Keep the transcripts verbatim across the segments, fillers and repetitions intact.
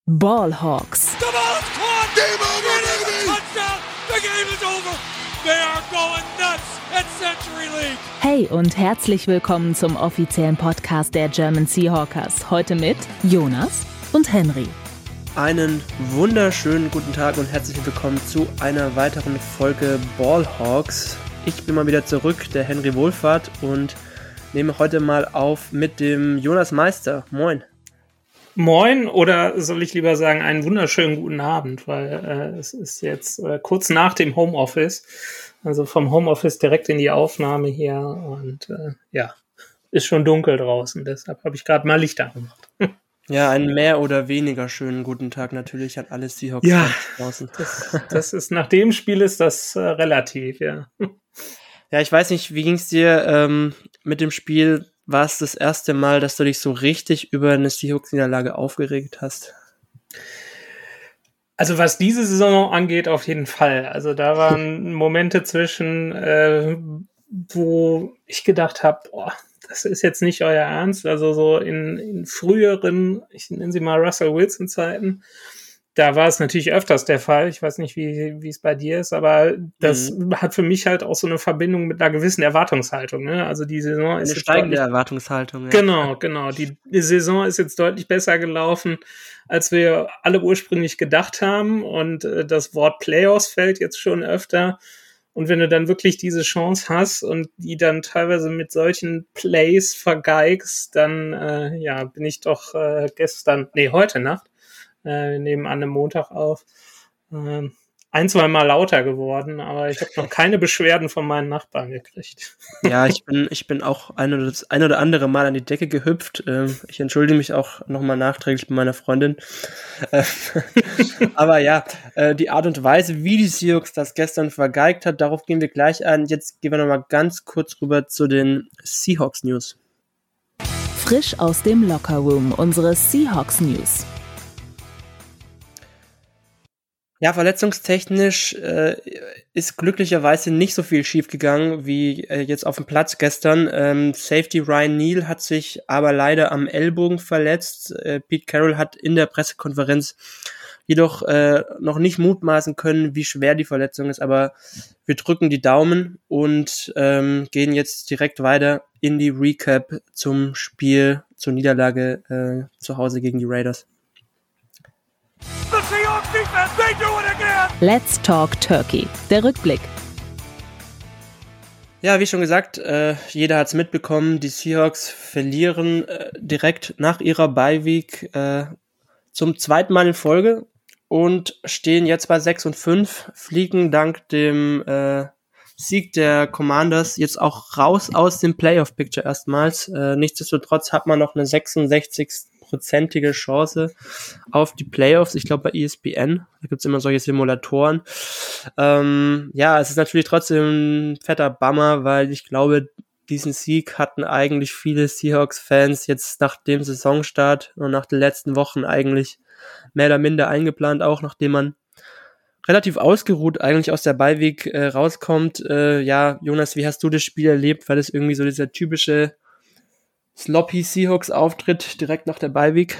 Ballhawks. The ball is caught. Game over, baby. Touchdown. The game is over. They are going nuts at Century League. Hey und herzlich willkommen zum offiziellen Podcast der German Seahawkers. Heute mit Jonas und Henry. Einen wunderschönen guten Tag und herzlich willkommen zu einer weiteren Folge Ballhawks. Ich bin mal wieder zurück, der Henry Wohlfahrt, und nehme heute mal auf mit dem Jonas Meister. Moin. Moin, oder soll ich lieber sagen, einen wunderschönen guten Abend, weil äh, es ist jetzt äh, kurz nach dem Homeoffice, also vom Homeoffice direkt in die Aufnahme hier, und äh, ja, ist schon dunkel draußen, deshalb habe ich gerade mal Licht angemacht. Ja, einen mehr oder weniger schönen guten Tag natürlich an alle Seahawks ja, draußen. Das, das ist, nach dem Spiel ist das äh, relativ, ja. Ja, ich weiß nicht, wie ging es dir ähm, mit dem Spiel? War es das erste Mal, dass du dich so richtig über eine Seahawks-Niederlage aufgeregt hast? Also was diese Saison angeht, auf jeden Fall. Also da waren Momente zwischen, äh, wo ich gedacht habe, boah, das ist jetzt nicht euer Ernst. Also so in, in früheren, ich nenne sie mal Russell Wilson-Zeiten, da war es natürlich öfters der Fall. Ich weiß nicht, wie wie es bei dir ist, aber das mhm. hat für mich halt auch so eine Verbindung mit einer gewissen Erwartungshaltung. Ne? Also die Saison eine ist jetzt steigende deutlich, Erwartungshaltung. Ja. Genau, genau. Die, die Saison ist jetzt deutlich besser gelaufen, als wir alle ursprünglich gedacht haben. Und äh, das Wort Playoffs fällt jetzt schon öfter. Und wenn du dann wirklich diese Chance hast und die dann teilweise mit solchen Plays vergeigst, dann äh, ja bin ich doch äh, gestern, nee, heute Nacht, äh, wir nehmen an einem Montag auf, äh, ein, zwei Mal lauter geworden, aber ich habe noch keine Beschwerden von meinen Nachbarn gekriegt. Ja, ich bin ich bin auch ein oder, das ein oder andere Mal an die Decke gehüpft. Ähm, ich entschuldige mich auch nochmal nachträglich bei meiner Freundin. Äh, aber ja, äh, die Art und Weise, wie die Seahawks das gestern vergeigt hat, darauf gehen wir gleich ein. Jetzt gehen wir nochmal ganz kurz rüber zu den Seahawks-News. Frisch aus dem Lockerroom, unsere Seahawks-News. Ja, verletzungstechnisch äh, ist glücklicherweise nicht so viel schiefgegangen wie äh, jetzt auf dem Platz gestern. Ähm, Safety Ryan Neal hat sich aber leider am Ellbogen verletzt. Äh, Pete Carroll hat in der Pressekonferenz jedoch äh, noch nicht mutmaßen können, wie schwer die Verletzung ist, aber wir drücken die Daumen und ähm, gehen jetzt direkt weiter in die Recap zum Spiel, zur Niederlage äh, zu Hause gegen die Raiders. Let's Talk Turkey. Der Rückblick. Ja, wie schon gesagt, äh, jeder hat es mitbekommen, die Seahawks verlieren äh, direkt nach ihrer Bye-Week äh, zum zweiten Mal in Folge und stehen jetzt bei sechs und fünf, fliegen dank dem äh, Sieg der Commanders jetzt auch raus aus dem Playoff-Picture erstmals. Äh, nichtsdestotrotz hat man noch eine sechsundsechzig-prozentige Chance auf die Playoffs. Ich glaube bei E S P N, da gibt's immer solche Simulatoren. Ähm, ja, es ist natürlich trotzdem ein fetter Bummer, weil ich glaube, diesen Sieg hatten eigentlich viele Seahawks-Fans jetzt nach dem Saisonstart und nach den letzten Wochen eigentlich mehr oder minder eingeplant, auch nachdem man relativ ausgeruht eigentlich aus der Bye-Week äh, rauskommt. Äh, ja, Jonas, wie hast du das Spiel erlebt? War das irgendwie so dieser typische sloppy Seahawks-Auftritt direkt nach der Bye-Week?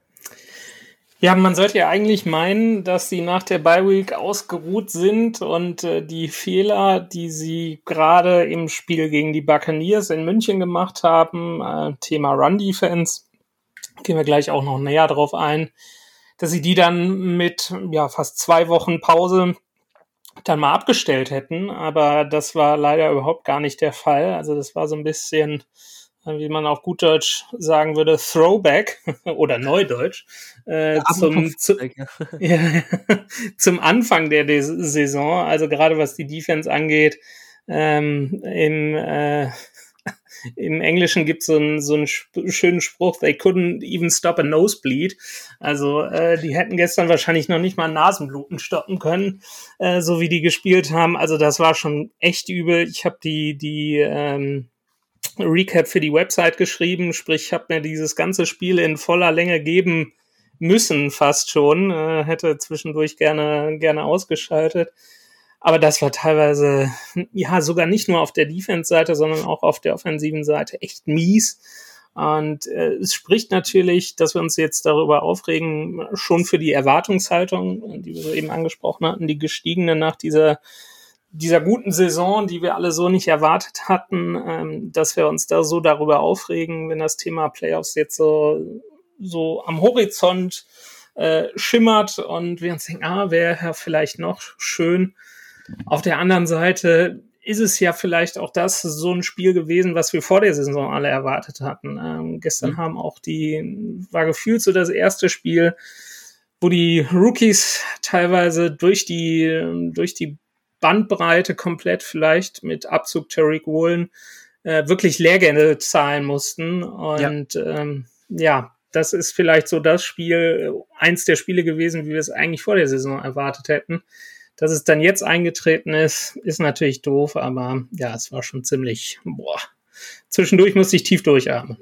Ja, man sollte ja eigentlich meinen, dass sie nach der Bye-Week ausgeruht sind und äh, die Fehler, die sie gerade im Spiel gegen die Buccaneers in München gemacht haben, äh, Thema Run-Defense, gehen wir gleich auch noch näher drauf ein, dass sie die dann mit ja fast zwei Wochen Pause dann mal abgestellt hätten, aber das war leider überhaupt gar nicht der Fall. Also das war so ein bisschen, wie man auf gut Deutsch sagen würde, Throwback oder Neudeutsch äh, ja, zum, zu, ja, zum Anfang der Des- Saison, also gerade was die Defense angeht. Ähm, im, äh, im Englischen gibt es so einen so einen sp- schönen Spruch, they couldn't even stop a nosebleed. Also äh, die hätten gestern wahrscheinlich noch nicht mal Nasenbluten stoppen können, äh, so wie die gespielt haben. Also das war schon echt übel. Ich habe die die ähm, Recap für die Website geschrieben, sprich, ich habe mir dieses ganze Spiel in voller Länge geben müssen, fast schon. Äh, hätte zwischendurch gerne gerne ausgeschaltet. Aber das war teilweise, ja, sogar nicht nur auf der Defense-Seite, sondern auch auf der offensiven Seite echt mies. Und äh, es spricht natürlich, dass wir uns jetzt darüber aufregen, schon für die Erwartungshaltung, die wir so eben angesprochen hatten, die gestiegene nach dieser dieser guten Saison, die wir alle so nicht erwartet hatten, ähm, dass wir uns da so darüber aufregen, wenn das Thema Playoffs jetzt so so am Horizont äh, schimmert und wir uns denken, ah, wäre ja vielleicht noch schön. Auf der anderen Seite ist es ja vielleicht auch das so ein Spiel gewesen, was wir vor der Saison alle erwartet hatten. Ähm, gestern mhm. haben auch die, war gefühlt so das erste Spiel, wo die Rookies teilweise durch die, durch die Bandbreite komplett vielleicht mit Abzug Tariq Woolen äh, wirklich Lehrgänge zahlen mussten. Und ja. Ähm, ja, das ist vielleicht so das Spiel, eins der Spiele gewesen, wie wir es eigentlich vor der Saison erwartet hätten. Dass es dann jetzt eingetreten ist, ist natürlich doof, aber ja, es war schon ziemlich, boah, zwischendurch musste ich tief durchatmen.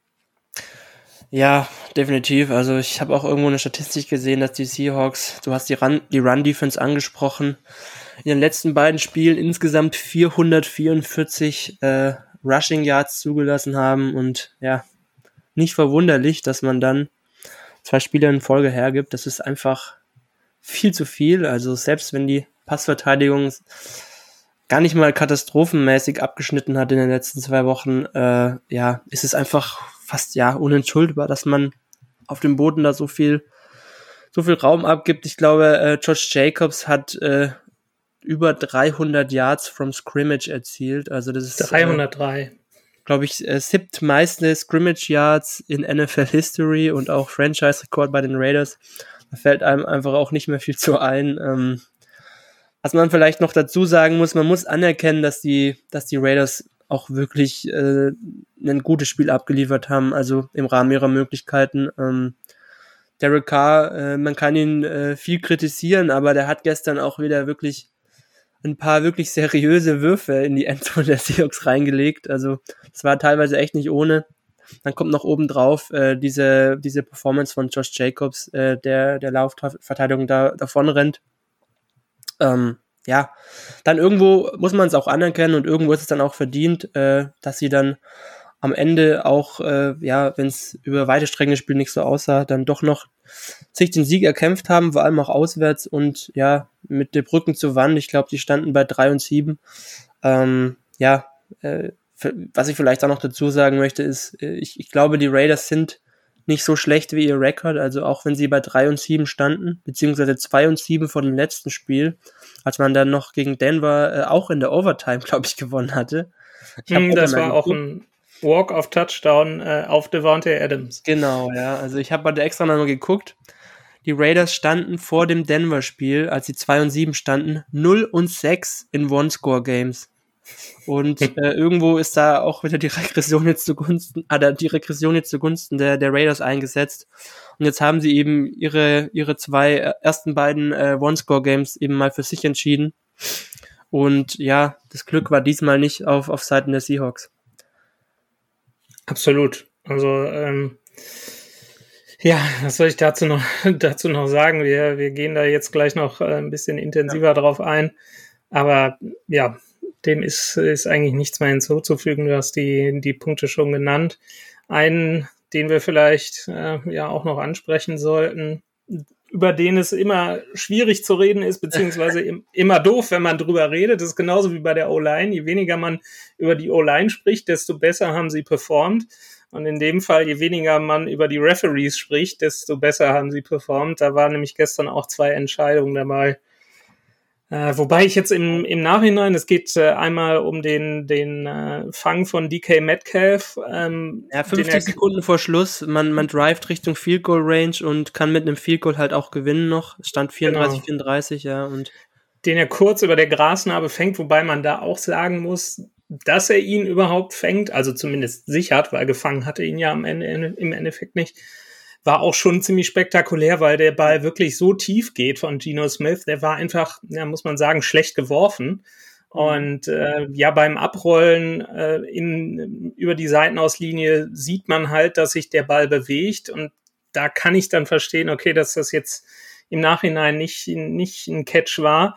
Ja, definitiv. Also ich habe auch irgendwo eine Statistik gesehen, dass die Seahawks, du hast die Run, die Run-Defense angesprochen, in den letzten beiden Spielen insgesamt vierhundertvierundvierzig äh, Rushing Yards zugelassen haben und ja, nicht verwunderlich, dass man dann zwei Spiele in Folge hergibt. Das ist einfach viel zu viel, also selbst wenn die Passverteidigung gar nicht mal katastrophenmäßig abgeschnitten hat in den letzten zwei Wochen, äh, ja, ist es einfach fast ja unentschuldbar, dass man auf dem Boden da so viel so viel Raum abgibt. Ich glaube, äh, Josh Jacobs hat äh, über dreihundert Yards from Scrimmage erzielt, also das ist dreihundertdrei. Äh, glaube ich, äh, siebtmeiste Scrimmage Yards in N F L History und auch Franchise-Rekord bei den Raiders. Da fällt einem einfach auch nicht mehr viel zu ein. Ähm, was man vielleicht noch dazu sagen muss, man muss anerkennen, dass die, dass die Raiders auch wirklich äh, ein gutes Spiel abgeliefert haben, also im Rahmen ihrer Möglichkeiten. Ähm, Derek Carr, äh, man kann ihn äh, viel kritisieren, aber der hat gestern auch wieder wirklich ein paar wirklich seriöse Würfe in die Endzone der Seahawks reingelegt. Also es war teilweise echt nicht ohne. Dann kommt noch oben drauf äh, diese diese Performance von Josh Jacobs, äh, der der Laufverteidigung da davon rennt. Ähm, ja, dann irgendwo muss man es auch anerkennen und irgendwo ist es dann auch verdient, äh, dass sie dann am Ende auch, äh, ja, wenn es über weite Strecken des Spiels nicht so aussah, dann doch noch sich den Sieg erkämpft haben, vor allem auch auswärts und ja, mit den Brücken zur Wand. Ich glaube, die standen bei drei und sieben. Ähm, ja, äh, was ich vielleicht auch noch dazu sagen möchte, ist, ich, ich glaube, die Raiders sind nicht so schlecht wie ihr Rekord, also auch wenn sie bei drei und sieben standen, beziehungsweise zwei und sieben vor dem letzten Spiel, als man dann noch gegen Denver äh, auch in der Overtime, glaube ich, gewonnen hatte. Ich mm, das war auch ein Walk-of-Touchdown äh, auf Devontae Adams. Genau, ja, also ich habe da extra nochmal geguckt, die Raiders standen vor dem Denver-Spiel, als sie zwei und sieben standen, null und sechs in One-Score-Games. Und äh, irgendwo ist da auch wieder die Regression jetzt zugunsten, ah, die Regression jetzt zugunsten der, der Raiders eingesetzt. Und jetzt haben sie eben ihre, ihre zwei ersten beiden äh, One-Score-Games eben mal für sich entschieden. Und ja, das Glück war diesmal nicht auf, auf Seiten der Seahawks. Absolut. Also, ähm, ja, was soll ich dazu noch, dazu noch sagen? Wir, wir gehen da jetzt gleich noch äh, ein bisschen intensiver ja. drauf ein. Aber ja, dem ist, ist eigentlich nichts mehr hinzuzufügen. Du hast die, die Punkte schon genannt. Einen, den wir vielleicht äh, ja auch noch ansprechen sollten, über den es immer schwierig zu reden ist, beziehungsweise im, immer doof, wenn man drüber redet. Das ist genauso wie bei der O-Line. Je weniger man über die O-Line spricht, desto besser haben sie performt. Und in dem Fall, je weniger man über die Referees spricht, desto besser haben sie performt. Da waren nämlich gestern auch zwei Entscheidungen dabei. Äh, wobei ich jetzt im, im Nachhinein, es geht äh, einmal um den, den äh, Fang von D K Metcalf. Ähm, ja, fünfzig Sekunden vor Schluss, man, man drivet Richtung Field Goal Range und kann mit einem Field Goal halt auch gewinnen noch. Es stand vierunddreißig, genau. vierunddreißig, ja. Und den er kurz über der Grasnarbe fängt, wobei man da auch sagen muss, dass er ihn überhaupt fängt, also zumindest sichert, weil gefangen hatte ihn ja am Ende im Endeffekt nicht. War auch schon ziemlich spektakulär, weil der Ball wirklich so tief geht von Geno Smith. Der war einfach, ja, muss man sagen, schlecht geworfen. Und äh, ja, beim Abrollen äh, in, über die Seitenauslinie sieht man halt, dass sich der Ball bewegt. Und da kann ich dann verstehen, okay, dass das jetzt im Nachhinein nicht, nicht ein Catch war.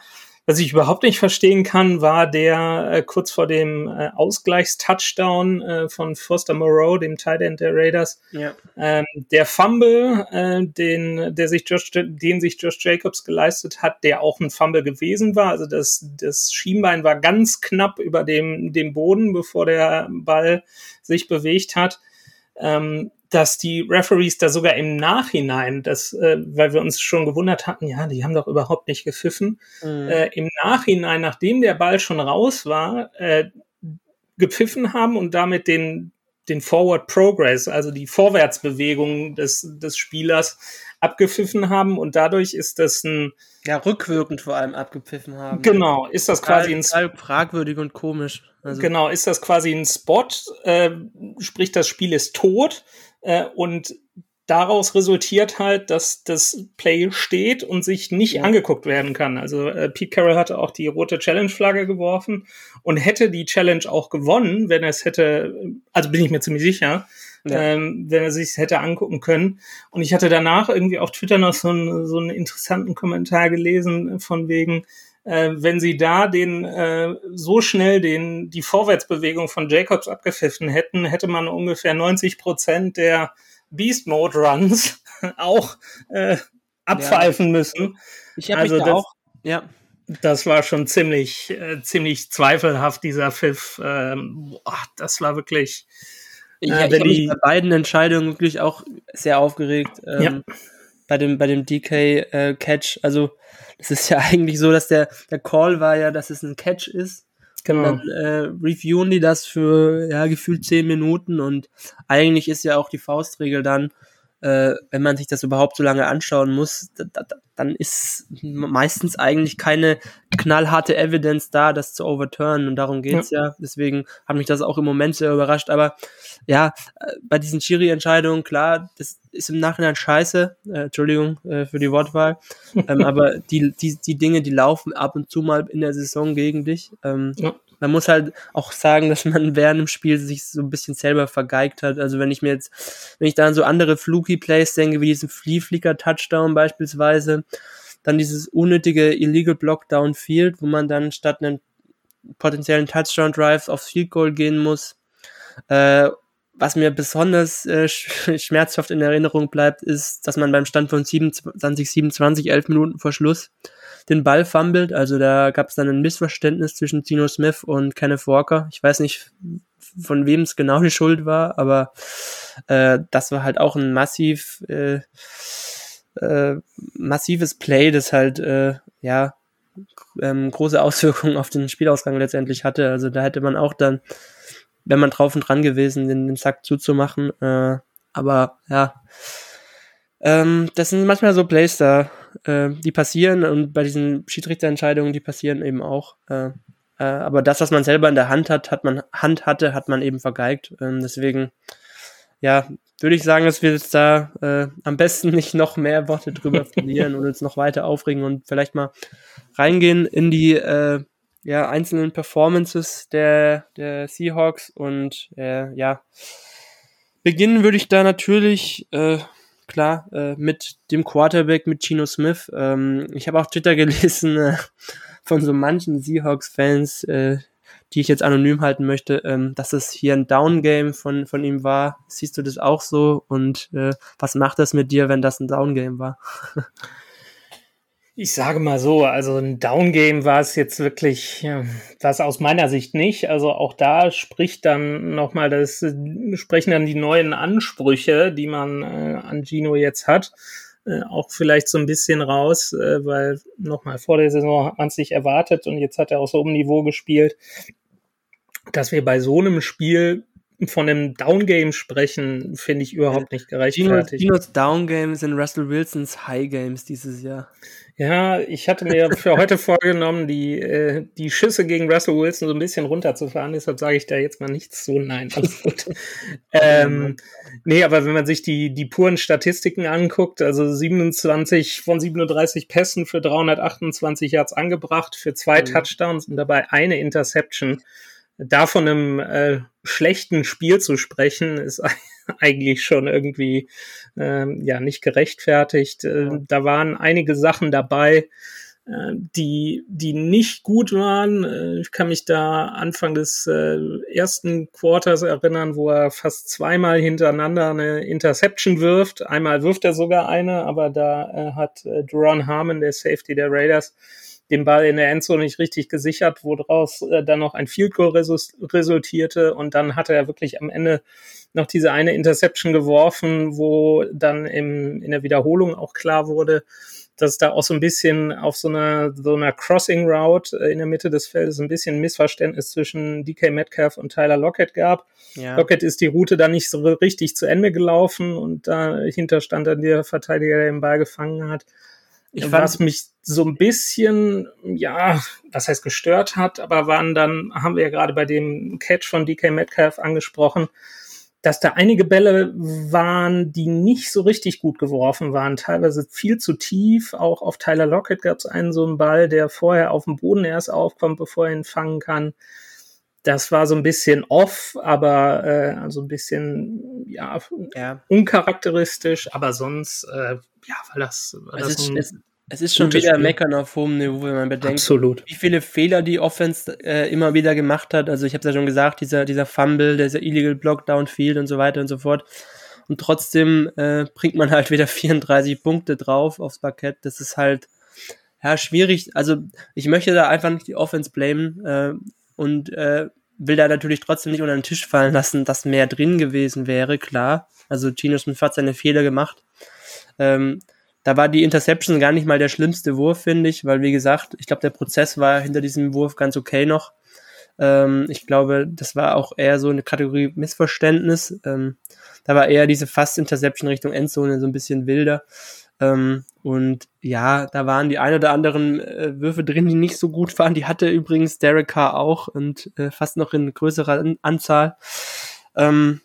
Was ich überhaupt nicht verstehen kann, war der äh, kurz vor dem äh, Ausgleichstouchdown äh, von Foster Moreau, dem Tight End der Raiders, Ja. ähm, der Fumble, äh, den der sich Josh, den sich Josh Jacobs geleistet hat, der auch ein Fumble gewesen war. Also das das Schienbein war ganz knapp über dem dem Boden, bevor der Ball sich bewegt hat. Ähm, dass die Referees da sogar im Nachhinein, das, äh, weil wir uns schon gewundert hatten, ja, die haben doch überhaupt nicht gepfiffen, mhm. äh, im Nachhinein, nachdem der Ball schon raus war, äh, gepfiffen haben und damit den den Forward Progress, also die Vorwärtsbewegung des des Spielers abgepfiffen haben und dadurch ist das ein ja rückwirkend vor allem abgepfiffen haben. Genau, ist das quasi ein total fragwürdig und komisch. Also genau, ist das quasi ein Spot, äh, sprich das Spiel ist tot äh, und daraus resultiert halt, dass das Play steht und sich nicht ja. angeguckt werden kann. Also äh, Pete Carroll hatte auch die rote Challenge-Flagge geworfen und hätte die Challenge auch gewonnen, wenn er es hätte, also bin ich mir ziemlich sicher, ja. ähm, wenn er sich hätte angucken können. Und ich hatte danach irgendwie auf Twitter noch so, ein, so einen interessanten Kommentar gelesen von wegen, äh, wenn sie da den äh, so schnell den die Vorwärtsbewegung von Jacobs abgepfiffen hätten, hätte man ungefähr neunzig Prozent der Beast Mode Runs auch äh, abpfeifen ja. müssen. Ich habe also mich da das, auch, ja. Das war schon ziemlich, äh, ziemlich zweifelhaft, dieser Pfiff. Ähm, boah, das war wirklich. Äh, ich ich habe mich bei beiden Entscheidungen wirklich auch sehr aufgeregt. Ähm, ja. Bei dem, bei dem D K-Catch. Äh, also, es ist ja eigentlich so, dass der, der Call war ja, dass es ein Catch ist. Genau. Dann äh, reviewen die das für ja gefühlt zehn Minuten und eigentlich ist ja auch die Faustregel dann, äh, wenn man sich das überhaupt so lange anschauen muss, da, da, dann ist meistens eigentlich keine knallharte Evidence da, das zu overturnen und darum geht's ja. ja. Deswegen hat mich das auch im Moment sehr überrascht, aber ja, bei diesen Schiri-Entscheidungen, klar, das ist im Nachhinein scheiße, äh, Entschuldigung äh, für die Wortwahl, ähm, aber die, die, die Dinge, die laufen ab und zu mal in der Saison gegen dich. Ähm, ja. Man muss halt auch sagen, dass man während dem Spiel sich so ein bisschen selber vergeigt hat. Also wenn ich mir jetzt, wenn ich da an so andere fluky Plays denke, wie diesen Flea-Flicker-Touchdown beispielsweise, dann dieses unnötige Illegal Block Downfield, wo man dann statt einen potenziellen Touchdown-Drive aufs Field Goal gehen muss. Äh, was mir besonders äh, schmerzhaft in Erinnerung bleibt, ist, dass man beim Stand von siebenundzwanzig siebenundzwanzig, elf Minuten vor Schluss, den Ball fummelt. Also da gab es dann ein Missverständnis zwischen Geno Smith und Kenneth Walker. Ich weiß nicht, von wem es genau die Schuld war, aber äh, das war halt auch ein massiv äh, äh, massives Play, das halt äh, ja ähm, große Auswirkungen auf den Spielausgang letztendlich hatte. Also da hätte man auch dann, wenn man drauf und dran gewesen, den, den Sack zuzumachen. Äh, aber ja, ähm, das sind manchmal so Plays da, äh, die passieren und bei diesen Schiedsrichterentscheidungen, die passieren eben auch. Äh, äh, aber das, was man selber in der Hand hat, hat man Hand hatte, hat man eben vergeigt. Ähm, deswegen, ja, würde ich sagen, dass wir jetzt da äh, am besten nicht noch mehr Worte drüber verlieren und uns noch weiter aufregen und vielleicht mal reingehen in die äh, ja, einzelnen Performances der, der Seahawks und äh, ja, beginnen würde ich da natürlich äh, klar äh, mit dem Quarterback, mit Geno Smith. Ähm, ich habe auf Twitter gelesen äh, von so manchen Seahawks-Fans, äh, die ich jetzt anonym halten möchte, ähm, dass es hier ein Down-Game von, von ihm war. Siehst du das auch so? Und äh, was macht das mit dir, wenn das ein Down-Game war? Ich sage mal so, also ein Down-Game war es jetzt wirklich, ja, war es aus meiner Sicht nicht. Also auch da spricht dann nochmal das, sprechen dann die neuen Ansprüche, die man äh, an Geno jetzt hat, äh, auch vielleicht so ein bisschen raus, äh, weil nochmal vor der Saison hat man es nicht erwartet und jetzt hat er auf so einem Niveau gespielt, dass wir bei so einem Spiel von einem Down-Game sprechen, finde ich überhaupt nicht gerechtfertigt. Genos Down-Game sind Russell Wilsons High-Games dieses Jahr. Ja, ich hatte mir für heute vorgenommen, die äh, die Schüsse gegen Russell Wilson so ein bisschen runterzufahren, deshalb sage ich da jetzt mal nichts zu. Nein, alles gut. ähm, nee, aber wenn man sich die die puren Statistiken anguckt, also siebenundzwanzig von siebenunddreißig Pässen für dreihundertachtundzwanzig Yards angebracht, für zwei mhm. Touchdowns und dabei eine Interception. Da von einem äh, schlechten Spiel zu sprechen, ist eigentlich schon irgendwie ähm, ja nicht gerechtfertigt. Äh, da waren einige Sachen dabei, die die nicht gut waren. Ich kann mich da Anfang des äh, ersten Quarters erinnern, wo er fast zweimal hintereinander eine Interception wirft. Einmal wirft er sogar eine, aber da äh, hat äh, Duron Harmon, der Safety der Raiders, den Ball in der Endzone nicht richtig gesichert, woraus äh, dann noch ein Field Goal resu- resultierte. Und dann hatte er wirklich am Ende noch diese eine Interception geworfen, wo dann im, in der Wiederholung auch klar wurde, dass es da auch so ein bisschen auf so einer, so einer Crossing Route in der Mitte des Feldes ein bisschen Missverständnis zwischen D K Metcalf und Tyler Lockett gab. Ja. Lockett ist die Route dann nicht so richtig zu Ende gelaufen und dahinter stand dann der Verteidiger, der den Ball gefangen hat. Ich was mich so ein bisschen, ja, was heißt gestört hat, aber waren dann, haben wir ja gerade bei dem Catch von D K Metcalf angesprochen, dass da einige Bälle waren, die nicht so richtig gut geworfen waren, teilweise viel zu tief. Auch auf Tyler Lockett gab es einen so einen Ball, der vorher auf dem Boden erst aufkommt, bevor er ihn fangen kann. Das war so ein bisschen off, aber äh, also ein bisschen ja, ja. uncharakteristisch, aber sonst äh, ja, weil das, weil es das ist, ein es, es ist schon wieder Spiel. Meckern auf hohem Niveau, wenn man bedenkt, Absolut. Wie viele Fehler die Offense äh, immer wieder gemacht hat. Also ich habe es ja schon gesagt, dieser dieser Fumble, dieser Illegal Block Downfield und so weiter und so fort. Und trotzdem äh, bringt man halt wieder vierunddreißig Punkte drauf aufs Parkett. Das ist halt ja schwierig. Also ich möchte da einfach nicht die Offense blamen äh, und äh, will da natürlich trotzdem nicht unter den Tisch fallen lassen, dass mehr drin gewesen wäre, klar. Also Geno Smith hat seine Fehler gemacht. Ähm, Da war die Interception gar nicht mal der schlimmste Wurf, finde ich, weil, wie gesagt, ich glaube, der Prozess war hinter diesem Wurf ganz okay noch. Ähm, ich glaube, das war auch eher so eine Kategorie Missverständnis. Ähm, da war eher diese Fast-Interception Richtung Endzone so ein bisschen wilder. Ähm, und ja, da waren die ein oder anderen äh, Würfe drin, die nicht so gut waren. Die hatte übrigens Derek Carr auch und äh, fast noch in größerer Anzahl. Ähm,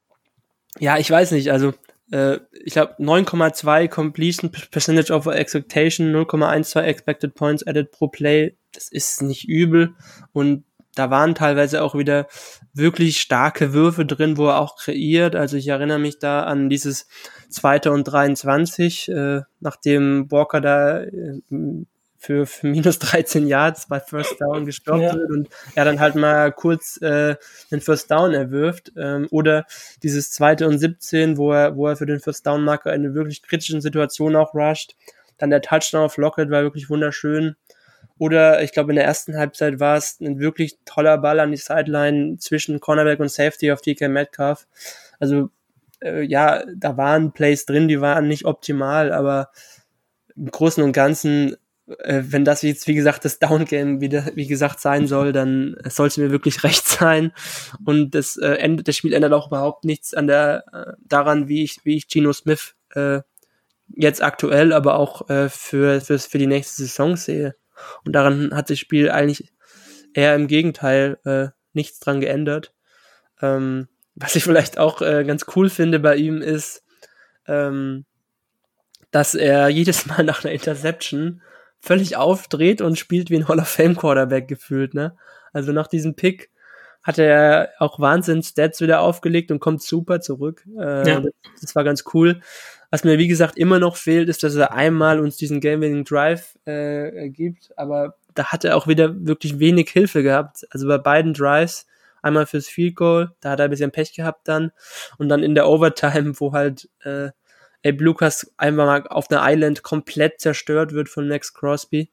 ja, ich weiß nicht, also ich glaube neun Komma zwei Completion Percentage over Expectation, null Komma zwölf Expected Points added pro Play, das ist nicht übel und da waren teilweise auch wieder wirklich starke Würfe drin, wo er auch kreiert, also ich erinnere mich da an dieses zweite und dreiundzwanzig, äh, nachdem Walker da äh, für, für minus dreizehn Yards bei First Down gestoppt ja. wird und er dann halt mal kurz äh, den First Down erwirft ähm, oder dieses zweite und siebzehn, wo er wo er für den First Down Marker in einer wirklich kritischen Situation auch rusht. Dann der Touchdown auf Lockett war wirklich wunderschön. Oder ich glaube in der ersten Halbzeit war es ein wirklich toller Ball an die Sideline zwischen Cornerback und Safety auf D K Metcalf. Also äh, ja, da waren Plays drin, die waren nicht optimal, aber im Großen und Ganzen wenn das jetzt, wie gesagt, das Down-Game wieder, wie gesagt, sein soll, dann soll es mir wirklich recht sein. Und das äh, endet, das Spiel ändert auch überhaupt nichts an der, äh, daran, wie ich, wie ich Geno Smith äh, jetzt aktuell, aber auch äh, für, für, für die nächste Saison sehe. Und daran hat das Spiel eigentlich eher im Gegenteil äh, nichts dran geändert. Ähm, was ich vielleicht auch äh, ganz cool finde bei ihm ist, ähm, dass er jedes Mal nach einer Interception völlig aufdreht und spielt wie ein Hall-of-Fame-Quarterback gefühlt, ne? Also nach diesem Pick hat er auch Wahnsinns-Stats wieder aufgelegt und kommt super zurück. Äh, ja. Das war ganz cool. Was mir, wie gesagt, immer noch fehlt, ist, dass er einmal uns diesen Game-Winning-Drive äh, gibt, aber da hat er auch wieder wirklich wenig Hilfe gehabt. Also bei beiden Drives, einmal fürs Field Goal, da hat er ein bisschen Pech gehabt dann und dann in der Overtime, wo halt äh, Abe Lucas einfach mal auf einer Island komplett zerstört wird von Max Crosby.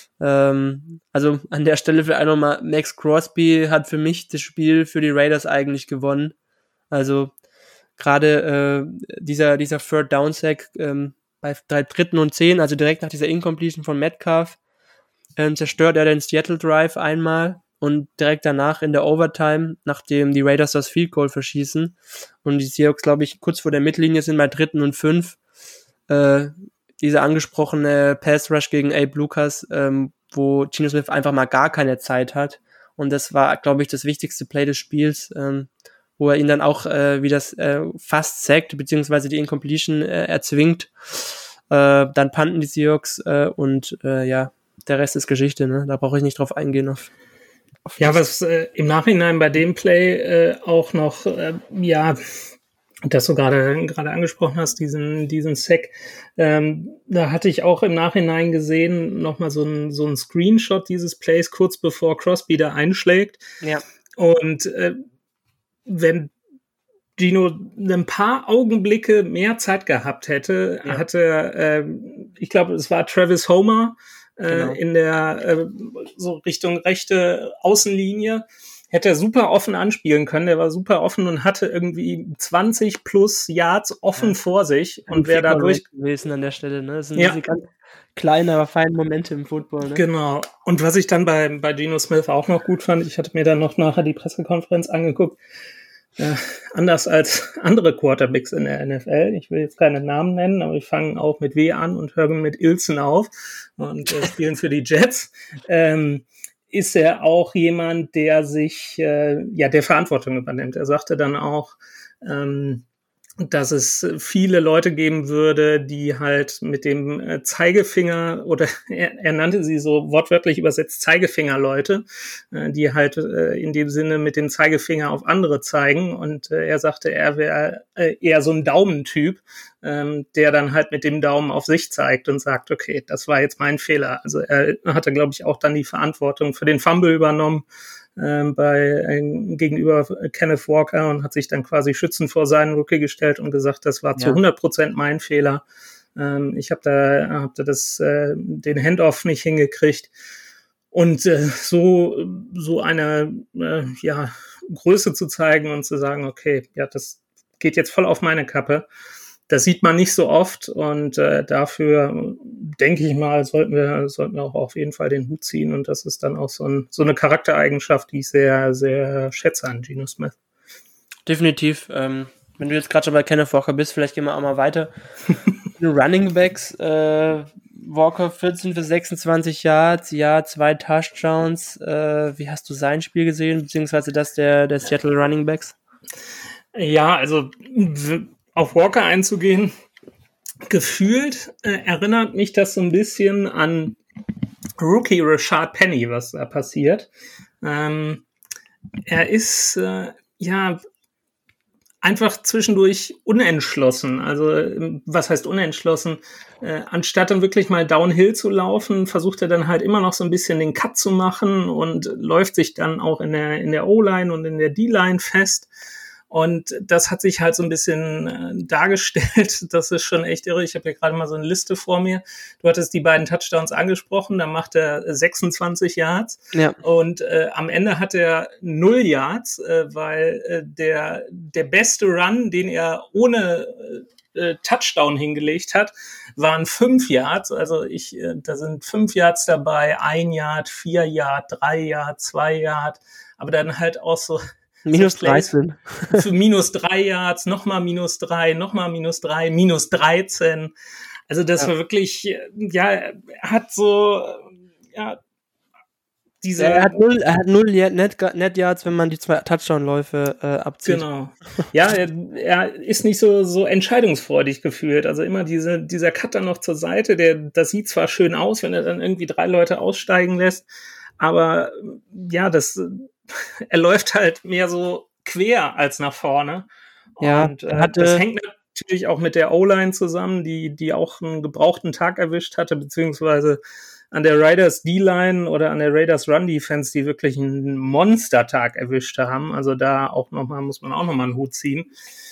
Ähm, also an der Stelle vielleicht nochmal, Max Crosby hat für mich das Spiel für die Raiders eigentlich gewonnen. Also gerade äh, dieser dieser Third Down Sack ähm, bei drei dritten und zehn, also direkt nach dieser Incompletion von Metcalf, äh, zerstört er den Seattle Drive einmal und direkt danach in der Overtime, nachdem die Raiders das Field Goal verschießen und die Seahawks, glaube ich, kurz vor der Mittellinie sind bei dritten und fünf, äh, dieser angesprochene Pass Rush gegen Abe Lucas, ähm, wo Geno Smith einfach mal gar keine Zeit hat und das war, glaube ich, das wichtigste Play des Spiels, ähm, wo er ihn dann auch äh, wie das äh, fast sackt, beziehungsweise die Incompletion äh, erzwingt. Äh, dann punten die Seahawks äh, und äh, ja, der Rest ist Geschichte, ne? Da brauche ich nicht drauf eingehen. Auf, auf ja, was äh, im Nachhinein bei dem Play äh, auch noch, äh, ja, das du gerade gerade angesprochen hast, diesen diesen Sack, ähm, da hatte ich auch im Nachhinein gesehen, nochmal so ein so ein Screenshot dieses Plays, kurz bevor Crosby da einschlägt. Ja. Und äh, wenn Gino ein paar Augenblicke mehr Zeit gehabt hätte, ja. hatte, äh, ich glaube, es war Travis Homer äh, genau. in der äh, so Richtung rechte Außenlinie, hätte er super offen anspielen können. Der war super offen und hatte irgendwie zwanzig plus Yards offen ja. vor sich. Und wer dadurch gewesen an der Stelle, ne? Das sind ja. diese ganz kleinen, aber feinen Momente im Football, ne? Genau. Und was ich dann bei, bei Geno Smith auch noch gut fand, ich hatte mir dann noch nachher die Pressekonferenz angeguckt, Äh, anders als andere Quarterbacks in der N F L. Ich will jetzt keine Namen nennen, aber ich fange auch mit W an und höre mit Ilsen auf und äh, spielen für die Jets. Ähm, ist er auch jemand, der sich, äh, ja, der Verantwortung übernimmt. Er sagte dann auch, ähm, dass es viele Leute geben würde, die halt mit dem Zeigefinger, oder er, er nannte sie so wortwörtlich übersetzt Zeigefingerleute, die halt in dem Sinne mit dem Zeigefinger auf andere zeigen. Und er sagte, er wäre eher so ein Daumentyp, der dann halt mit dem Daumen auf sich zeigt und sagt, okay, das war jetzt mein Fehler. Also er hatte, glaube ich, auch dann die Verantwortung für den Fumble übernommen, Ähm, bei äh, gegenüber Kenneth Walker und hat sich dann quasi schützend vor seinen Rookie gestellt und gesagt, das war ja. zu hundert Prozent mein Fehler. Ähm, ich habe da, hab da das, äh, den Handoff nicht hingekriegt. Und äh, so so eine äh, ja, Größe zu zeigen und zu sagen, okay, ja, das geht jetzt voll auf meine Kappe. Das sieht man nicht so oft und äh, dafür, denke ich mal, sollten wir sollten wir auch auf jeden Fall den Hut ziehen und das ist dann auch so, ein, so eine Charaktereigenschaft, die ich sehr, sehr schätze an Geno Smith. Definitiv. Ähm, wenn du jetzt gerade schon bei Kenneth Walker bist, vielleicht gehen wir auch mal weiter. Running Backs, äh, Walker vierzehn für sechsundzwanzig Yards, ja, zwei Touchdowns. Äh, wie hast du sein Spiel gesehen, beziehungsweise das der, der Seattle Running Backs? Ja, also auf Walker einzugehen, gefühlt äh, erinnert mich das so ein bisschen an Rookie Rashad Penny, was da passiert. Ähm, er ist äh, ja einfach zwischendurch unentschlossen. Also was heißt unentschlossen? Äh, anstatt dann wirklich mal Downhill zu laufen, versucht er dann halt immer noch so ein bisschen den Cut zu machen und läuft sich dann auch in der in der O-Line und in der D-Line fest. Und das hat sich halt so ein bisschen äh, dargestellt. Das ist schon echt irre. Ich habe hier gerade mal so eine Liste vor mir. Du hattest die beiden Touchdowns angesprochen. Da macht er sechsundzwanzig Yards. Ja. Und äh, am Ende hat er null Yards, äh, weil äh, der der beste Run, den er ohne äh, Touchdown hingelegt hat, waren fünf Yards. Also ich, äh, da sind fünf Yards dabei, ein Yard, vier Yard, drei Yard, zwei Yard. Aber dann halt auch so Minus dreizehn. Für minus drei Yards, nochmal minus drei, nochmal minus drei, minus dreizehn. Also das ja. war wirklich, ja, er hat so, ja, diese... Ja, er hat null, er hat null Net, Net Yards, wenn man die zwei Touchdown-Läufe äh, abzieht. Genau. Ja, er, er ist nicht so so entscheidungsfreudig gefühlt. Also immer diese dieser Cut dann noch zur Seite, der das sieht zwar schön aus, wenn er dann irgendwie drei Leute aussteigen lässt, aber ja, das... er läuft halt mehr so quer als nach vorne. Ja, und äh, das hängt natürlich auch mit der O-Line zusammen, die die auch einen gebrauchten Tag erwischt hatte, beziehungsweise an der Raiders D-Line oder an der Raiders Run-Defense, die wirklich einen Monster-Tag erwischt haben. Also da auch nochmal, muss man auch nochmal einen Hut ziehen.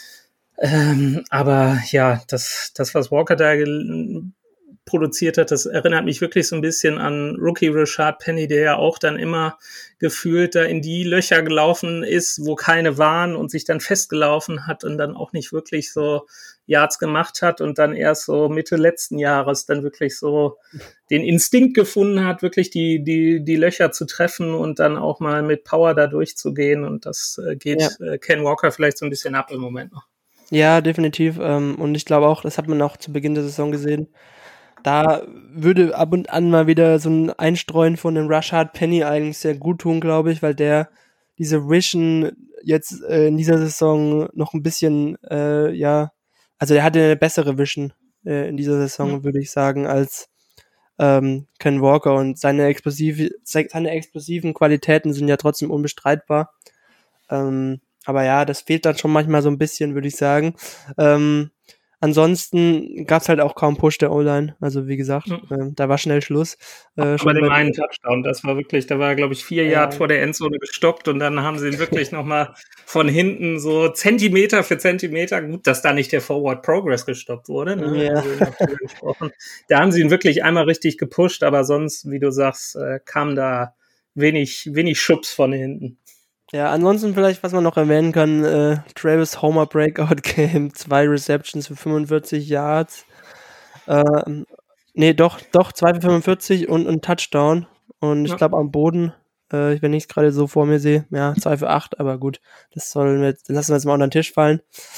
Ähm, aber ja, das, das, was Walker da gel- produziert hat, das erinnert mich wirklich so ein bisschen an Rookie Rashad Penny, der ja auch dann immer gefühlt da in die Löcher gelaufen ist, wo keine waren und sich dann festgelaufen hat und dann auch nicht wirklich so Yards gemacht hat und dann erst so Mitte letzten Jahres dann wirklich so den Instinkt gefunden hat, wirklich die die die Löcher zu treffen und dann auch mal mit Power da durchzugehen und das äh, geht ja. äh, Ken Walker vielleicht so ein bisschen ab im Moment noch. Ja, definitiv ähm, und ich glaube auch, das hat man auch zu Beginn der Saison gesehen, da würde ab und an mal wieder so ein Einstreuen von dem Rashad Penny eigentlich sehr gut tun, glaube ich, weil der diese Vision jetzt äh, in dieser Saison noch ein bisschen, äh, ja, also der hatte eine bessere Vision äh, in dieser Saison, mhm. würde ich sagen, als ähm, Ken Walker und seine explosive, seine explosiven Qualitäten sind ja trotzdem unbestreitbar. Ähm, aber ja, das fehlt dann schon manchmal so ein bisschen, würde ich sagen. Ähm, ansonsten gab's halt auch kaum Push der O-Line. Also wie gesagt, Mhm. ähm, da war schnell Schluss. Äh, Aber schon dem bei- einen Touchdown, das war wirklich, da war, glaube ich, vier Ja. Yard vor der Endzone gestoppt und dann haben sie ihn wirklich nochmal von hinten so Zentimeter für Zentimeter, gut, dass da nicht der Forward Progress gestoppt wurde, ne? Ja. Also, wir haben darüber gesprochen. Da haben sie ihn wirklich einmal richtig gepusht, aber sonst, wie du sagst, äh, kam da wenig, wenig Schubs von hinten. Ja, ansonsten vielleicht, was man noch erwähnen kann, äh, Travis Homer Breakout Game, zwei Receptions für fünfundvierzig Yards. Ähm, nee, doch, doch, zwei für fünfundvierzig und ein Touchdown. Und ich Ja. glaube am Boden, äh, wenn ich es gerade so vor mir sehe, ja, zwei für acht, aber gut, das sollen wir jetzt, lassen wir jetzt mal unter den Tisch fallen.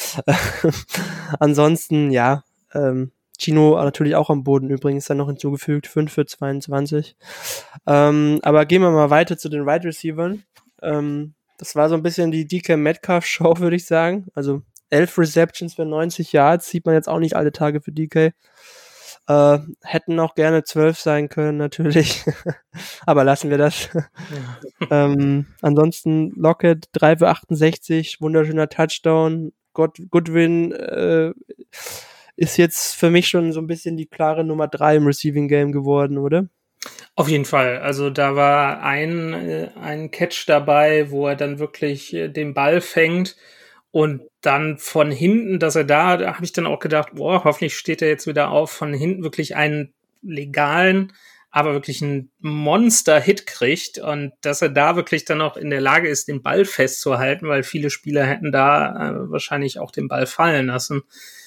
Ansonsten, ja, ähm, Chino natürlich auch am Boden übrigens dann noch hinzugefügt, fünf für zweiundzwanzig. Ähm, aber gehen wir mal weiter zu den Wide Receivern. Ähm, das war so ein bisschen die D K Metcalf Show, würde ich sagen. Also elf Receptions für neunzig Yards, sieht man jetzt auch nicht alle Tage für D K. Äh, hätten auch gerne zwölf sein können, natürlich. Aber lassen wir das. ähm, ansonsten Lockett, drei für achtundsechzig, wunderschöner Touchdown. God, Goodwin äh, ist jetzt für mich schon so ein bisschen die klare Nummer drei im Receiving Game geworden, oder? Auf jeden Fall. Also da war ein, äh, ein Catch dabei, wo er dann wirklich äh, den Ball fängt und dann von hinten, dass er da, da habe ich dann auch gedacht, boah, hoffentlich steht er jetzt wieder auf, von hinten wirklich einen legalen, aber wirklich einen Monster-Hit kriegt und dass er da wirklich dann auch in der Lage ist, den Ball festzuhalten, weil viele Spieler hätten da äh, wahrscheinlich auch den Ball fallen lassen.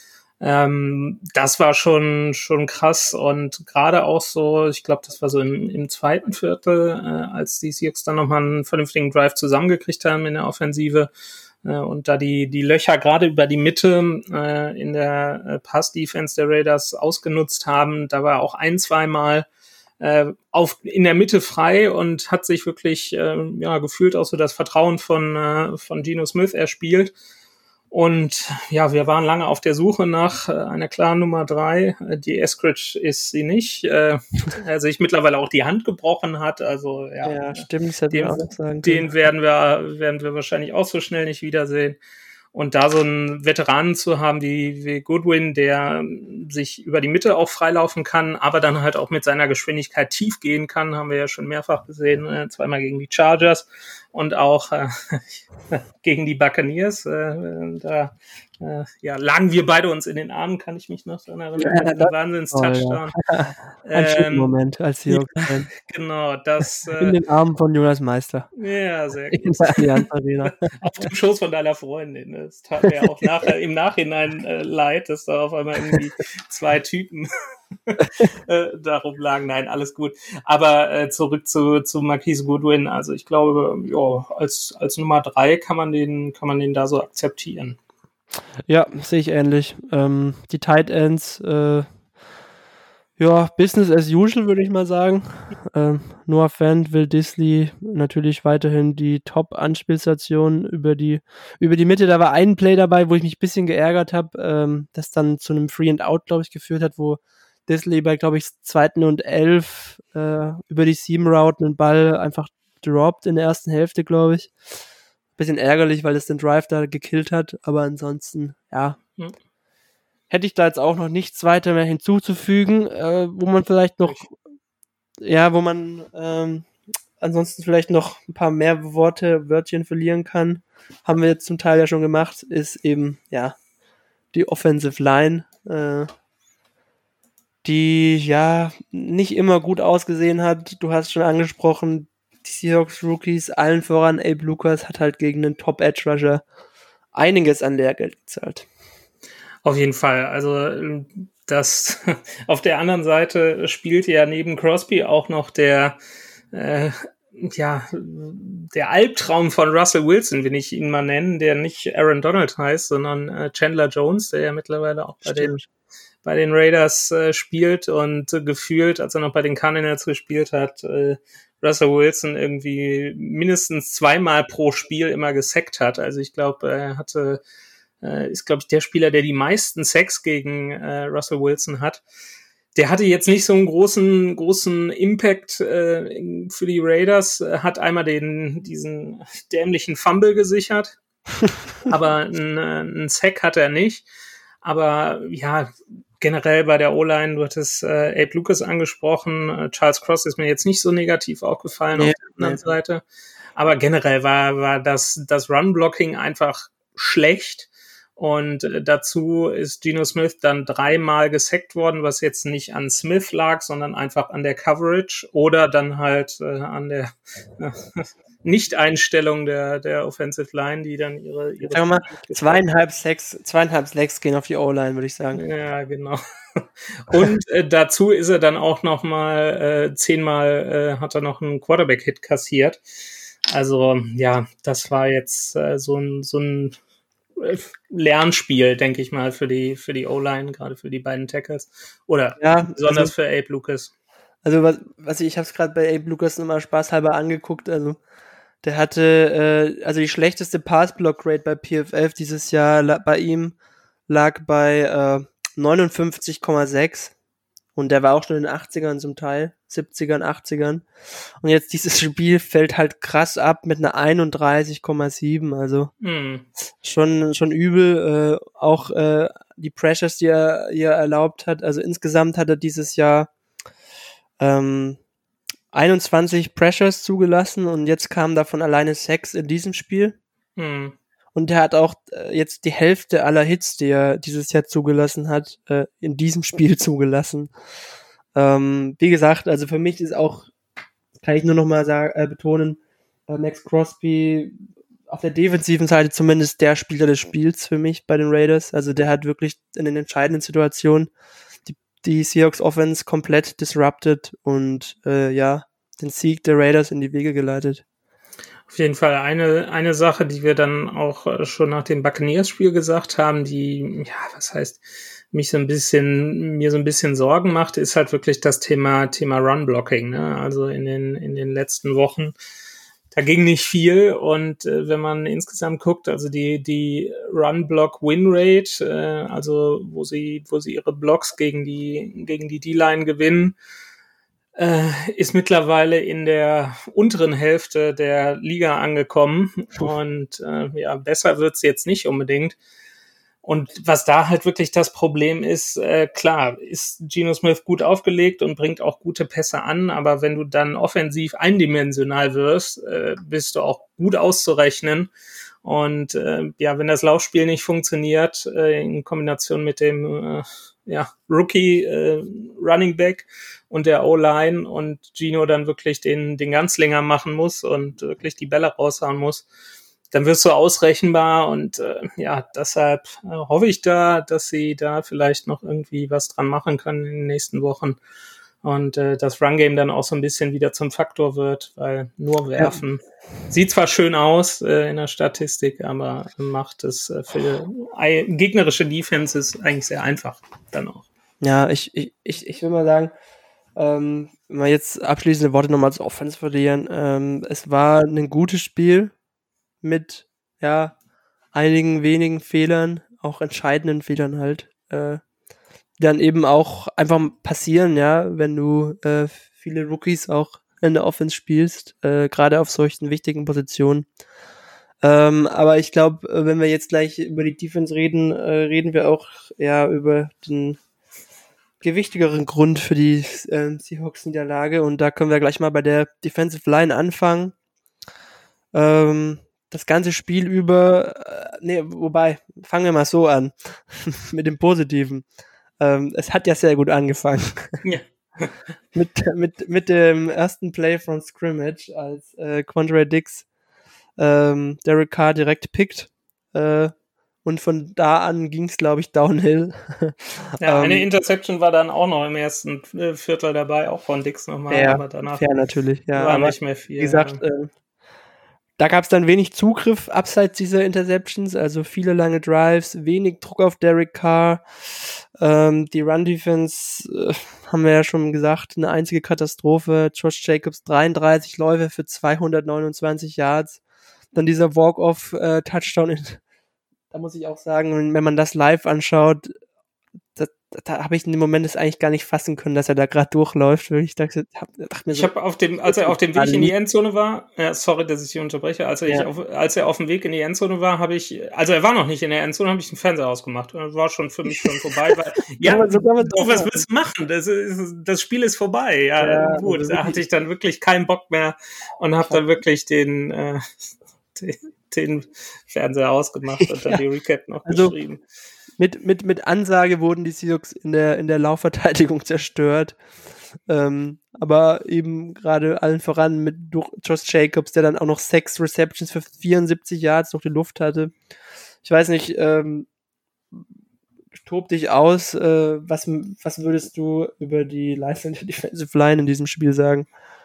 Ähm, das war schon schon krass und gerade auch so, ich glaube, das war so im, im zweiten Viertel, äh, als die Seahawks dann nochmal einen vernünftigen Drive zusammengekriegt haben in der Offensive äh, und da die die Löcher gerade über die Mitte äh, in der äh, Pass-Defense der Raiders ausgenutzt haben, da war auch ein, zweimal äh, auf in der Mitte frei und hat sich wirklich äh, ja gefühlt auch so das Vertrauen von äh, von Geno Smith erspielt. Und ja, wir waren lange auf der Suche nach äh, einer klaren Nummer drei. Äh, die Eskridge ist sie nicht. Äh, er sich mittlerweile auch die Hand gebrochen hat. Also ja, Ja, stimmt, das hätte den, man auch noch sagen können. den werden wir werden wir wahrscheinlich auch so schnell nicht wiedersehen. Und da so einen Veteranen zu haben wie, wie Goodwin, der sich über die Mitte auch freilaufen kann, aber dann halt auch mit seiner Geschwindigkeit tief gehen kann, haben wir ja schon mehrfach gesehen, äh, zweimal gegen die Chargers und auch äh, gegen die Buccaneers. Äh, da äh, ja, lagen wir beide uns in den Armen, kann ich mich noch daran erinnern. Ja, Ein Wahnsinns-Touchdown. Oh, ja. Ein schöner Moment als Seahawks-Fan. Genau, das In äh, den Armen von Jonas Meister. ja, sehr In gut. der Allianz Arena. Auf dem Schoß von deiner Freundin. Das tat mir auch nachher, im Nachhinein äh, leid, dass da auf einmal irgendwie zwei Typen äh, darum lagen. Nein, alles gut. Aber äh, zurück zu, zu Marquise Goodwin. Also ich glaube, ja, als, als Nummer drei kann man den, kann man den da so akzeptieren. Ja, sehe ich ähnlich. Ähm, die Tight Ends, äh, ja, Business as usual, würde ich mal sagen. Ähm, Noah Fant, Will Disley, natürlich weiterhin die Top-Anspielstation über die, über die Mitte. Da war ein Play dabei, wo ich mich ein bisschen geärgert habe, ähm, das dann zu einem Free and Out, glaube ich, geführt hat, wo Disley bei, glaube ich, zweiten und elf äh, über die Seam Route einen Ball einfach droppt in der ersten Hälfte, glaube ich. Bisschen ärgerlich, weil es den Drive da gekillt hat, aber ansonsten, ja, Hm. hätte ich da jetzt auch noch nichts weiter mehr hinzuzufügen, äh, wo man vielleicht noch, ja, wo man ähm, ansonsten vielleicht noch ein paar mehr Worte, Wörtchen verlieren kann, haben wir jetzt zum Teil ja schon gemacht, ist eben, ja, die Offensive Line, äh, die, ja, nicht immer gut ausgesehen hat. Du hast schon angesprochen, die Seahawks Rookies, allen voran Abe Lucas, hat halt gegen einen Top-Edge-Rusher einiges an Lehrgeld gezahlt. Auf jeden Fall. Also das auf der anderen Seite spielt ja neben Crosby auch noch der äh, ja der Albtraum von Russell Wilson, will ich ihn mal nennen, der nicht Aaron Donald heißt, sondern äh, Chandler Jones, der ja mittlerweile auch bei den bei den Raiders äh, spielt und äh, gefühlt, als er noch bei den Cardinals gespielt hat, äh, Russell Wilson irgendwie mindestens zweimal pro Spiel immer gesackt hat. Also ich glaube, er hatte äh, ist, glaube ich, der Spieler, der die meisten Sacks gegen äh, Russell Wilson hat. Der hatte jetzt nicht so einen großen großen Impact äh, für die Raiders, hat einmal den diesen dämlichen Fumble gesichert aber ein, ein Sack hat er nicht. Aber ja, generell bei der O-Line, du hattest äh, Abe Lucas angesprochen, äh, Charles Cross ist mir jetzt nicht so negativ aufgefallen Nee, auf der anderen nee. Seite. Aber generell war, war das, das Run-Blocking einfach schlecht. Und äh, dazu ist Geno Smith dann dreimal gesackt worden, was jetzt nicht an Smith lag, sondern einfach an der Coverage oder dann halt äh, an der äh, Nicht-Einstellung der, der Offensive Line, die dann ihre... ihre Sagen wir mal, zweieinhalb Sacks, zweieinhalb Sacks gehen auf die O-Line, würde ich sagen. Ja, genau. Und äh, dazu ist er dann auch noch mal äh, zehnmal äh, hat er noch einen Quarterback-Hit kassiert. Also ja, das war jetzt äh, so ein so ein Lernspiel, denke ich mal, für die für die O-Line, gerade für die beiden Tackles. Oder Ja, besonders also, für Abe Lucas. Also was, was ich, ich habe es gerade bei Abe Lucas nochmal spaßhalber angeguckt. Also der hatte, äh, also die schlechteste Pass-Block-Rate bei P F F dieses Jahr la- bei ihm lag bei äh, neunundfünfzig Komma sechs. Und der war auch schon in den achtzigern zum Teil, siebzigern, achtzigern. Und jetzt dieses Spiel fällt halt krass ab mit einer einunddreißig Komma sieben. Also Hm. schon schon übel. Äh, auch äh, die Pressures, die er, die er erlaubt hat. Also insgesamt hat er dieses Jahr ähm, einundzwanzig Pressures zugelassen und jetzt kamen davon alleine sechs in diesem Spiel. Hm. Und er hat auch äh, jetzt die Hälfte aller Hits, die er dieses Jahr zugelassen hat, äh, in diesem Spiel zugelassen. Ähm, wie gesagt, also für mich ist auch, kann ich nur noch mal sagen, äh, betonen, äh, Max Crosby auf der defensiven Seite zumindest der Spieler des Spiels für mich bei den Raiders. Also der hat wirklich in den entscheidenden Situationen die, die Seahawks Offense komplett disrupted und äh, ja, den Sieg der Raiders in die Wege geleitet. Auf jeden Fall eine, eine Sache, die wir dann auch schon nach dem Buccaneers-Spiel gesagt haben, die, ja, was heißt, mich so ein bisschen, mir so ein bisschen Sorgen macht, ist halt wirklich das Thema, Thema Run-Blocking, ne? Also in den, in den letzten Wochen, da ging nicht viel und äh, wenn man insgesamt guckt, also die, die Run-Block-Win-Rate, äh, also wo sie, wo sie ihre Blocks gegen die, gegen die D-Line gewinnen, Äh, ist mittlerweile in der unteren Hälfte der Liga angekommen und äh, ja, besser wird's jetzt nicht unbedingt. Und was da halt wirklich das Problem ist, äh, klar, ist Geno Smith gut aufgelegt und bringt auch gute Pässe an, aber wenn du dann offensiv eindimensional wirst, äh, bist du auch gut auszurechnen. Und äh, ja, wenn das Laufspiel nicht funktioniert, äh, in Kombination mit dem äh, ja, Rookie äh, Running Back und der O-Line und Geno dann wirklich den den Ganzlinger machen muss und wirklich die Bälle raushauen muss, dann wirst du ausrechenbar und äh, ja, deshalb äh, hoffe ich da, dass sie da vielleicht noch irgendwie was dran machen können in den nächsten Wochen und äh, das Run-Game dann auch so ein bisschen wieder zum Faktor wird, weil nur werfen ja. Sieht zwar schön aus äh, in der Statistik, aber macht es äh, für äh, gegnerische Defenses eigentlich sehr einfach dann auch. Ja, ich, ich, ich, ich will mal sagen, ähm, mal jetzt abschließende Worte nochmal zur Offense verlieren. Ähm, es war ein gutes Spiel mit, ja, einigen wenigen Fehlern, auch entscheidenden Fehlern halt, äh, die dann eben auch einfach passieren, ja, wenn du äh, viele Rookies auch in der Offense spielst, äh, gerade auf solchen wichtigen Positionen. Ähm, aber ich glaube, wenn wir jetzt gleich über die Defense reden, äh, reden wir auch ja über den gewichtigeren Grund für die äh, Seahawks-Niederlage und da können wir gleich mal bei der Defensive Line anfangen. Ähm, das ganze Spiel über, äh, nee, wobei, fangen wir mal so an, mit dem Positiven. Ähm, es hat ja sehr gut angefangen. Ja. mit, mit, mit dem ersten Play von Scrimmage, als äh, Quandre Diggs ähm, Derek Carr direkt pickt. Äh, und von da an ging es, glaube ich, downhill. Ja, eine ähm, Interception war dann auch noch im ersten äh, Viertel dabei, auch von Diggs nochmal, ja, aber danach fair natürlich, ja, war aber nicht mehr viel. Wie gesagt, ja. äh, da gab es dann wenig Zugriff abseits dieser Interceptions, also viele lange Drives, wenig Druck auf Derek Carr. Ähm, die Run-Defense, äh, haben wir ja schon gesagt, eine einzige Katastrophe. Josh Jacobs dreiunddreißig Läufe für zweihundertneunundzwanzig Yards. Dann dieser Walk-Off-Touchdown. Äh, da muss ich auch sagen, wenn man das live anschaut, das, da habe ich in dem Moment das eigentlich gar nicht fassen können, dass er da gerade durchläuft. Ich dachte, hab, dachte mir so, ich habe auf dem, als er auf dem Weg in die Endzone war, ja, sorry, dass ich hier unterbreche, als er, ja. ich auf, als er auf dem Weg in die Endzone war, habe ich, also er war noch nicht in der Endzone, habe ich den Fernseher ausgemacht. Das war schon für mich schon vorbei. Weil, ja, so doch, was willst du machen? Das, ist, das Spiel ist vorbei. Ja, ja gut, also da hatte ich dann wirklich keinen Bock mehr und habe dann wirklich den, äh, den, den Fernseher ausgemacht und dann ja. die Recap noch also, geschrieben. Mit, mit, mit Ansage wurden die Seahawks in der, in der Laufverteidigung zerstört. Ähm, aber eben gerade allen voran mit Josh Jacobs, der dann auch noch sechs Receptions für vierundsiebzig Yards durch die Luft hatte. Ich weiß nicht, ähm, tob dich aus. Äh, was, was würdest du über die Leistung der Defensive Line in diesem Spiel sagen?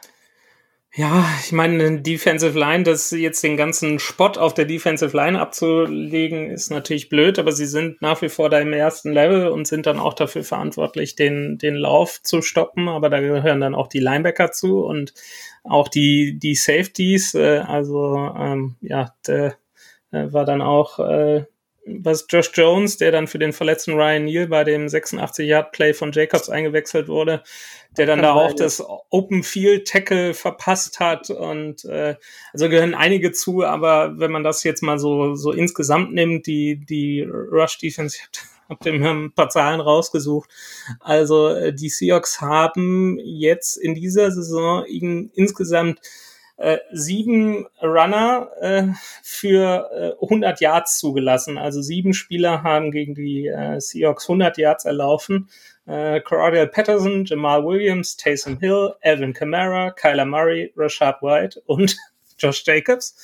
Ja, ich meine, Defensive Line, das jetzt den ganzen Spott auf der Defensive Line abzulegen, ist natürlich blöd, aber sie sind nach wie vor da im ersten Level und sind dann auch dafür verantwortlich, den, den Lauf zu stoppen, aber da gehören dann auch die Linebacker zu und auch die, die Safeties, äh, also, ähm, ja, der äh, war dann auch, äh, was Josh Jones, der dann für den verletzten Ryan Neal bei dem sechsundachtzig-Yard-Play von Jacobs eingewechselt wurde, der dann da auch das Open-Field-Tackle verpasst hat und äh, also gehören einige zu, aber wenn man das jetzt mal so so insgesamt nimmt, die die Rush-Defense, ich hab, hab dem ein paar Zahlen rausgesucht, also die Seahawks haben jetzt in dieser Saison in, insgesamt Äh, sieben Runner äh, für äh, hundert Yards zugelassen. Also sieben Spieler haben gegen die äh, Seahawks hundert Yards erlaufen. Äh, Cordell Patterson, Jamal Williams, Taysom Hill, Alvin Kamara, Kyler Murray, Rashad White und Josh Jacobs.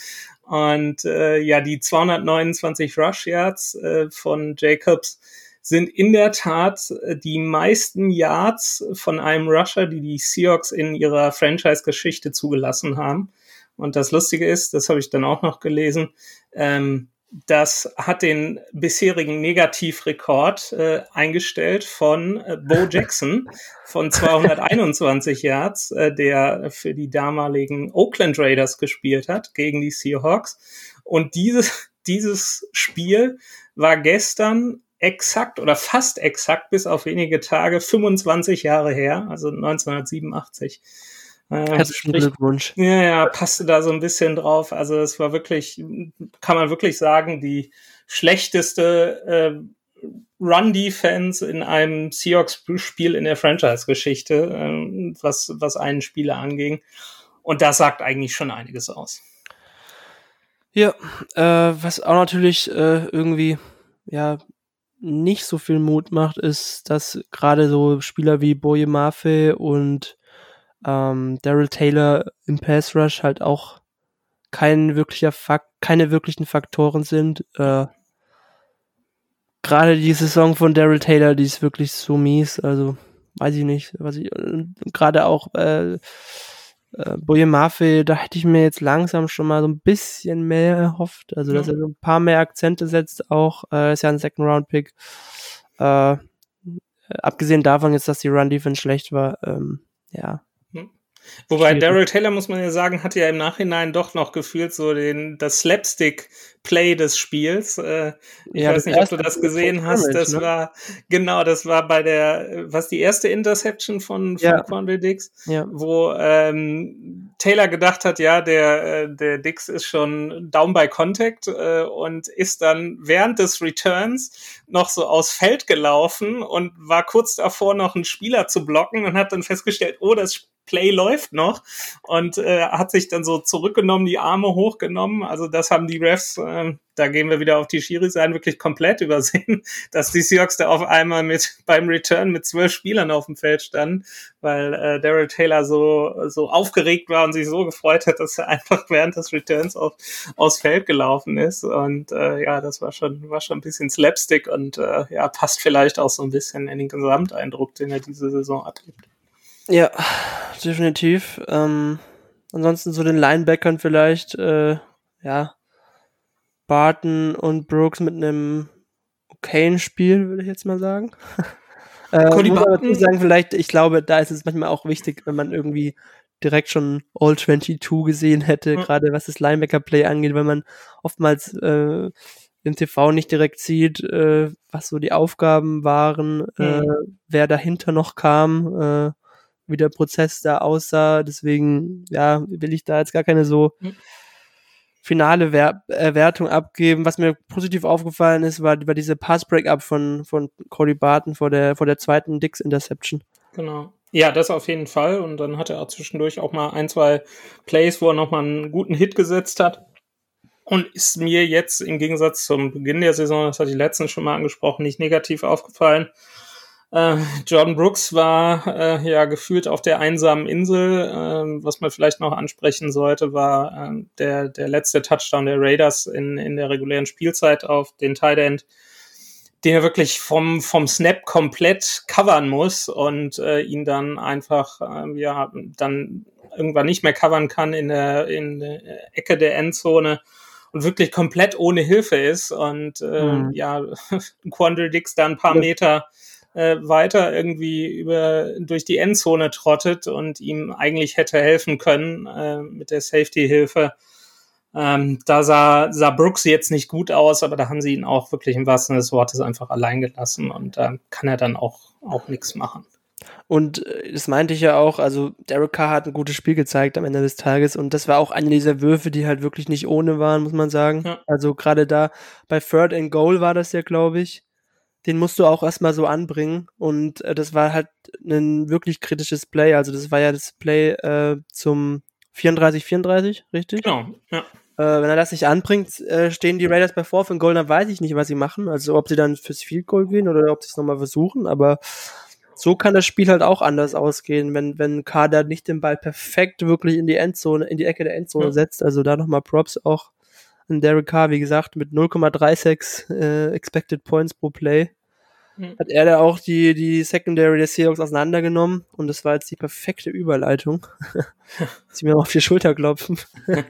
Und äh, ja, die zweihundertneunundzwanzig Rush Yards äh, von Jacobs sind in der Tat die meisten Yards von einem Rusher, die die Seahawks in ihrer Franchise-Geschichte zugelassen haben. Und das Lustige ist, das habe ich dann auch noch gelesen, ähm, das hat den bisherigen Negativrekord äh, eingestellt von äh, Bo Jackson von zweihunderteinundzwanzig Yards, äh, der für die damaligen Oakland Raiders gespielt hat gegen die Seahawks. Und dieses, dieses Spiel war gestern exakt oder fast exakt bis auf wenige Tage fünfundzwanzig Jahre her, also neunzehnhundertsiebenundachtzig. Herzlichen äh, Glückwunsch. Ja, ja, passte da so ein bisschen drauf. Also es war wirklich, kann man wirklich sagen, die schlechteste äh, Run-Defense in einem Seahawks-Spiel in der Franchise-Geschichte, äh, was, was einen Spieler anging. Und das sagt eigentlich schon einiges aus. Ja, äh, was auch natürlich äh, irgendwie, ja, nicht so viel Mut macht, ist, dass gerade so Spieler wie Boye Mafe und ähm, Darrell Taylor im Pass Rush halt auch kein wirklicher Fakt, keine wirklichen Faktoren sind. Äh, gerade die Saison von Darrell Taylor, die ist wirklich so mies, also weiß ich nicht, was ich gerade auch äh, äh, Boye Mafe, da hätte ich mir jetzt langsam schon mal so ein bisschen mehr erhofft, also dass ja. er so ein paar mehr Akzente setzt auch, äh, ist ja ein Second-Round-Pick, äh, abgesehen davon jetzt, dass die Run-Defense schlecht war, ähm, ja. Wobei Darrell Taylor, muss man ja sagen, hatte ja im Nachhinein doch noch gefühlt so den das Slapstick-Play des Spiels. Äh, ich ja, weiß nicht, ob du das gesehen hast. Damage, das ne? war, genau, das war bei der, was die erste Interception von, von ja. Quandre Diggs, ja. wo ähm, Taylor gedacht hat, ja, der, der Diggs ist schon down by contact äh, und ist dann während des Returns noch so aus Feld gelaufen und war kurz davor, noch einen Spieler zu blocken und hat dann festgestellt, oh, das Play läuft noch und äh, hat sich dann so zurückgenommen, die Arme hochgenommen. Also das haben die Refs, äh, da gehen wir wieder auf die Schiris ein, wirklich komplett übersehen, dass die Seahawks da auf einmal mit beim Return mit zwölf Spielern auf dem Feld standen, weil äh, Darrell Taylor so so aufgeregt war und sich so gefreut hat, dass er einfach während des Returns auf, aufs Feld gelaufen ist. Und äh, ja, das war schon war schon ein bisschen Slapstick und äh, ja, passt vielleicht auch so ein bisschen in den Gesamteindruck, den er diese Saison abgibt. Ja, definitiv. Ähm, ansonsten so den Linebackern vielleicht, äh, ja, Barton und Brooks mit einem okayen Spiel, würde ich jetzt mal sagen. äh, muss aber dazu sagen, vielleicht, ich glaube, da ist es manchmal auch wichtig, wenn man irgendwie direkt schon All zweiundzwanzig gesehen hätte, mhm. gerade was das Linebacker-Play angeht, weil man oftmals äh, im T V nicht direkt sieht, äh, was so die Aufgaben waren, mhm. äh, wer dahinter noch kam, äh, wie der Prozess da aussah. Deswegen, ja, will ich da jetzt gar keine so mhm. finale Wer- äh, Wertung abgeben. Was mir positiv aufgefallen ist, war, war diese Pass-Break-Up von, von Cody Barton vor der, vor der zweiten Dix-Interception. Genau. Ja, das auf jeden Fall. Und dann hat er auch zwischendurch auch mal ein, zwei Plays, wo er nochmal einen guten Hit gesetzt hat. Und ist mir jetzt im Gegensatz zum Beginn der Saison, das hatte ich letztens schon mal angesprochen, nicht negativ aufgefallen. Äh, Jordan Brooks war äh, ja gefühlt auf der einsamen Insel. Äh, was man vielleicht noch ansprechen sollte, war äh, der, der letzte Touchdown der Raiders in, in der regulären Spielzeit auf den Tight End, den er wirklich vom, vom Snap komplett covern muss und äh, ihn dann einfach äh, ja dann irgendwann nicht mehr covern kann in der, in der Ecke der Endzone und wirklich komplett ohne Hilfe ist und äh, mhm. ja, Quandre Diggs da ein paar ja. Meter äh, weiter irgendwie über durch die Endzone trottet und ihm eigentlich hätte helfen können äh, mit der Safety-Hilfe. Ähm, da sah, sah Brooks jetzt nicht gut aus, aber da haben sie ihn auch wirklich im wahrsten Sinne des Wortes einfach allein gelassen und da äh, kann er dann auch, auch nichts machen. Und äh, das meinte ich ja auch, also Derek Carr hat ein gutes Spiel gezeigt am Ende des Tages und das war auch einer dieser Würfe, die halt wirklich nicht ohne waren, muss man sagen. Ja. Also gerade da bei Third and Goal war das ja, glaube ich, den musst du auch erstmal so anbringen und äh, das war halt ein wirklich kritisches Play, also das war ja das Play äh, zum vierunddreißig vierunddreißig, richtig? Genau, ja. Äh, wenn er das nicht anbringt, äh, stehen die Raiders bei Fourth and Goal, dann weiß ich nicht, was sie machen. Also ob sie dann fürs Field Goal gehen oder ob sie es nochmal versuchen. Aber so kann das Spiel halt auch anders ausgehen, wenn wenn Kader nicht den Ball perfekt wirklich in die Endzone, in die Ecke der Endzone ja. setzt. Also da nochmal Props auch an Derek Carr, wie gesagt, mit null Komma dreiunddreißig äh, Expected Points pro Play. Hat er da auch die, die Secondary der Seahawks auseinandergenommen und das war jetzt die perfekte Überleitung. Sie mir auf die Schulter klopfen.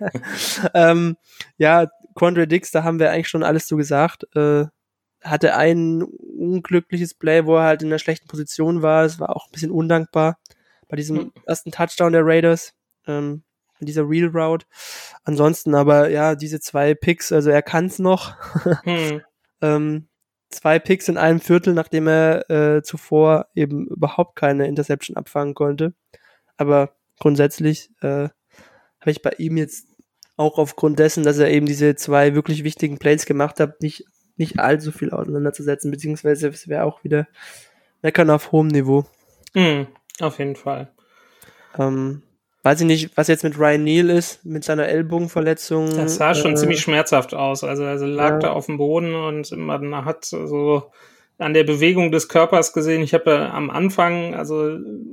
ähm, ja, Quandre Diggs, da haben wir eigentlich schon alles zu gesagt. Äh, hatte ein unglückliches Play, wo er halt in einer schlechten Position war. Es war auch ein bisschen undankbar bei diesem mhm. ersten Touchdown der Raiders, ähm, in dieser Real Route. Ansonsten aber, ja, diese zwei Picks, also er kann's noch. mhm. ähm, Zwei Picks in einem Viertel, nachdem er äh, zuvor eben überhaupt keine Interception abfangen konnte. Aber grundsätzlich äh, habe ich bei ihm jetzt auch aufgrund dessen, dass er eben diese zwei wirklich wichtigen Plays gemacht hat, nicht, nicht allzu viel auseinanderzusetzen, beziehungsweise es wäre auch wieder meckern auf hohem Niveau. Mm, auf jeden Fall. Ähm, weiß ich nicht, was jetzt mit Ryan Neal ist, mit seiner Ellbogenverletzung. Das sah schon äh, ziemlich schmerzhaft aus. Also er lag ja. da auf dem Boden und man hat so an der Bewegung des Körpers gesehen. Ich habe ja am Anfang, also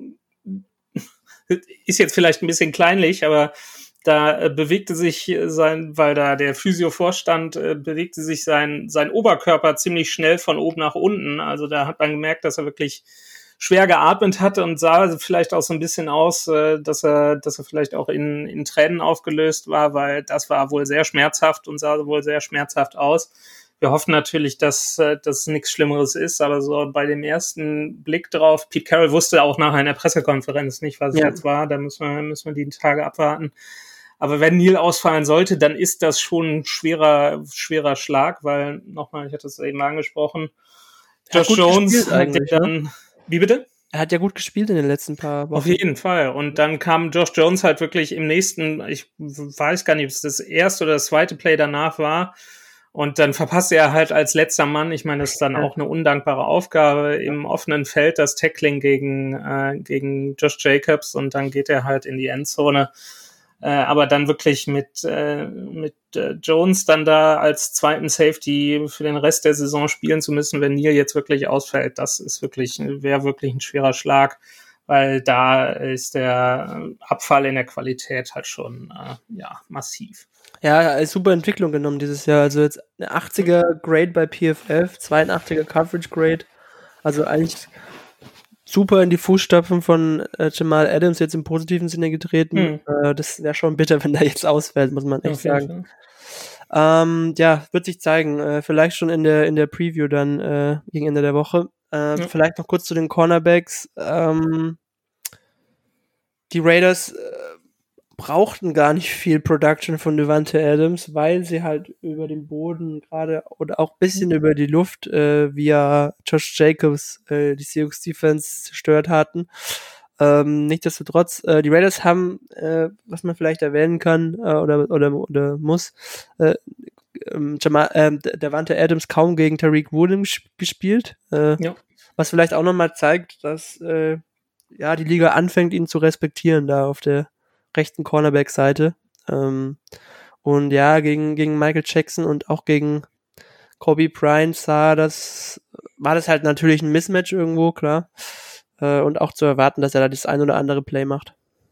ist jetzt vielleicht ein bisschen kleinlich, aber da äh, bewegte sich sein, weil da der Physio vorstand, äh, bewegte sich sein, sein Oberkörper ziemlich schnell von oben nach unten. Also da hat man gemerkt, dass er wirklich schwer geatmet hat und sah vielleicht auch so ein bisschen aus, äh, dass er, dass er vielleicht auch in, in Tränen aufgelöst war, weil das war wohl sehr schmerzhaft und sah wohl sehr schmerzhaft aus. Wir hoffen natürlich, dass äh, das nichts Schlimmeres ist, aber so bei dem ersten Blick drauf, Pete Carroll wusste auch nachher in der Pressekonferenz nicht, was es ja. jetzt war, da müssen wir, müssen wir die Tage abwarten. Aber wenn Neal ausfallen sollte, dann ist das schon ein schwerer, schwerer Schlag, weil, nochmal, ich hatte es eben angesprochen, Josh Jones, der dann, wie bitte? Er hat ja gut gespielt in den letzten paar Wochen. Auf jeden Fall. Und dann kam Josh Jones halt wirklich im nächsten, ich weiß gar nicht, ob es das erste oder das zweite Play danach war. Und dann verpasste er halt als letzter Mann, ich meine, das ist dann ja. auch eine undankbare Aufgabe, im offenen Feld das Tackling gegen, äh, gegen Josh Jacobs und dann geht er halt in die Endzone. Äh, aber dann wirklich mit, äh, mit äh, Jones dann da als zweiten Safety für den Rest der Saison spielen zu müssen, wenn Neal jetzt wirklich ausfällt, das ist wirklich, wäre wirklich ein schwerer Schlag, weil da ist der Abfall in der Qualität halt schon äh, ja massiv. Ja, super Entwicklung genommen dieses Jahr. Also jetzt eine achtziger Grade bei P F F, zweiundachtziger Coverage Grade. Also eigentlich super in die Fußstapfen von äh, Jamal Adams jetzt im positiven Sinne getreten. Mhm. Äh, das wäre schon bitter, wenn er jetzt ausfällt, muss man echt ja, sagen. Ähm, ja, wird sich zeigen. Äh, vielleicht schon in der in der Preview dann äh, gegen Ende der Woche. Äh, ja. Vielleicht noch kurz zu den Cornerbacks. Ähm, die Raiders äh, brauchten gar nicht viel Production von Davante Adams, weil sie halt über den Boden gerade oder auch ein bisschen mhm. über die Luft äh, via Josh Jacobs äh, die Seahawks Defense zerstört hatten. Ähm, nichtsdestotrotz, äh, die Raiders haben, äh, was man vielleicht erwähnen kann äh, oder oder oder muss, äh, ähm, Jamal, äh, Davante Adams kaum gegen Tariq Woolen gespielt, äh, ja. was vielleicht auch nochmal zeigt, dass äh, ja die Liga anfängt, ihn zu respektieren da auf der rechten Cornerback-Seite. Ähm, und ja, gegen, gegen Michael Jackson und auch gegen Kobe Bryant sah das, war das halt natürlich ein Mismatch irgendwo, klar. Äh, und auch zu erwarten, dass er da das ein oder andere Play macht.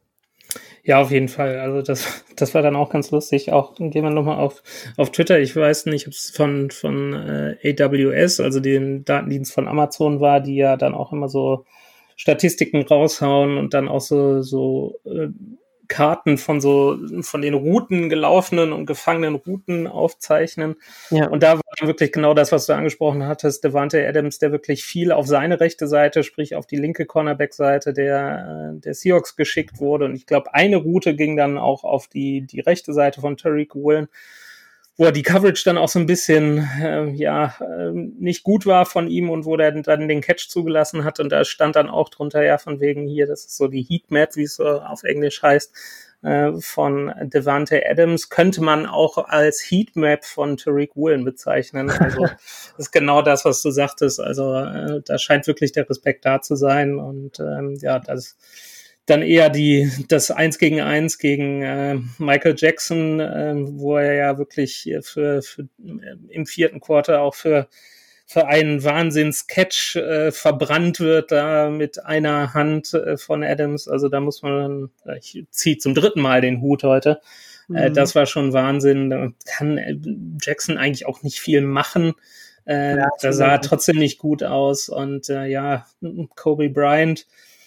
Ja, auf jeden Fall. Also das, das war dann auch ganz lustig. Auch gehen wir nochmal auf, auf Twitter. Ich weiß nicht, ob es von, von äh, A W S, also dem Datendienst von Amazon war, die ja dann auch immer so Statistiken raushauen und dann auch so, so äh, Karten von so von den Routen, gelaufenen und gefangenen Routen aufzeichnen. Ja. Und da war wirklich genau das, was du angesprochen hattest, Davante Adams, der wirklich viel auf seine rechte Seite, sprich auf die linke Cornerback-Seite der, der Seahawks geschickt wurde. Und ich glaube, eine Route ging dann auch auf die, die rechte Seite von Tariq Woolen, wo die Coverage dann auch so ein bisschen äh, ja äh, nicht gut war von ihm und wo der dann den Catch zugelassen hat und da stand dann auch drunter, ja, von wegen hier, das ist so die Heatmap, wie es so auf Englisch heißt, äh, von Davante Adams, könnte man auch als Heatmap von Tariq Woolen bezeichnen. Also das ist genau das, was du sagtest, also äh, da scheint wirklich der Respekt da zu sein und ähm, ja, das dann eher die das Eins gegen Eins gegen äh, Michael Jackson, äh, wo er ja wirklich für, für äh, im vierten Quarter auch für für einen Wahnsinns-Catch äh, verbrannt wird da mit einer Hand äh, von Adams. Also da muss man, ich ziehe zum dritten Mal den Hut heute. Mhm. Äh, das war schon Wahnsinn. Da kann Jackson eigentlich auch nicht viel machen. Äh, ja, da sah er trotzdem nicht gut aus. Und äh, ja, Kobe Bryant,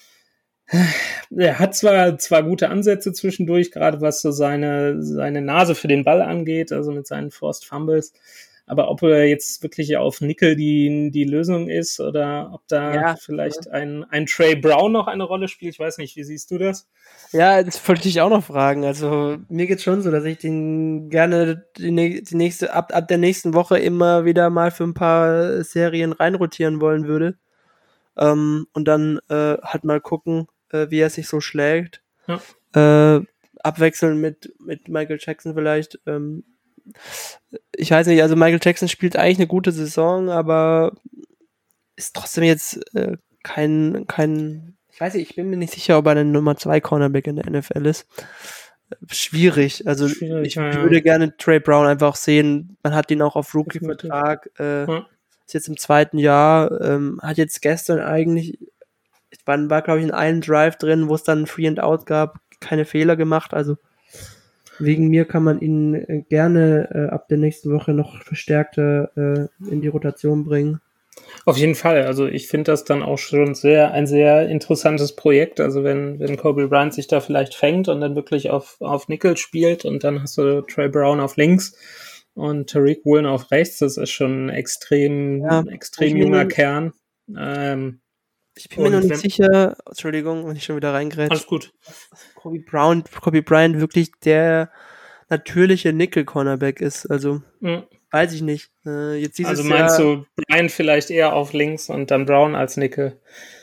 er hat zwar zwar gute Ansätze zwischendurch, gerade was so seine seine Nase für den Ball angeht, also mit seinen Forced Fumbles, aber ob er jetzt wirklich auf Nickel die die Lösung ist oder ob da ja, vielleicht ja. ein ein Trey Brown noch eine Rolle spielt, ich weiß nicht, wie siehst du das? Ja, das wollte ich auch noch fragen. Also mir geht's schon so, dass ich den gerne die, die nächste ab ab der nächsten Woche immer wieder mal für ein paar Serien reinrotieren wollen würde, ähm, und dann äh, halt mal gucken, wie er sich so schlägt. Ja. Äh, abwechseln mit, mit Michael Jackson vielleicht. Ähm, ich weiß nicht, also Michael Jackson spielt eigentlich eine gute Saison, aber ist trotzdem jetzt äh, kein, kein, ich weiß nicht, ich bin mir nicht sicher, ob er ein Nummer zwei Cornerback in der N F L ist. Schwierig. Also Schwierig, ich ja, würde ja. gerne Trey Brown einfach sehen. Man hat ihn auch auf Rookie-Vertrag. Äh, ja. Ist jetzt im zweiten Jahr. Ähm, hat jetzt gestern eigentlich War, war glaube ich, in einem Drive drin, wo es dann ein Free and Out gab, keine Fehler gemacht, also wegen mir kann man ihn äh, gerne äh, ab der nächsten Woche noch verstärkter äh, in die Rotation bringen. Auf jeden Fall, also ich finde das dann auch schon sehr ein sehr interessantes Projekt, also wenn wenn Kobe Bryant sich da vielleicht fängt und dann wirklich auf auf Nickel spielt und dann hast du Trey Brown auf links und Tariq Woolen auf rechts, das ist schon ein extrem, ja, extrem junger den, Kern. Ähm, Ich bin mir noch nicht wenn, sicher, Entschuldigung, wenn ich schon wieder reingrätsche. Alles gut. Kobe Brown, Kobe Bryant wirklich der natürliche Nickel-Cornerback ist, also mhm. weiß ich nicht. Äh, jetzt dieses also meinst Jahr, du Bryant vielleicht eher auf links und dann Brown als Nickel?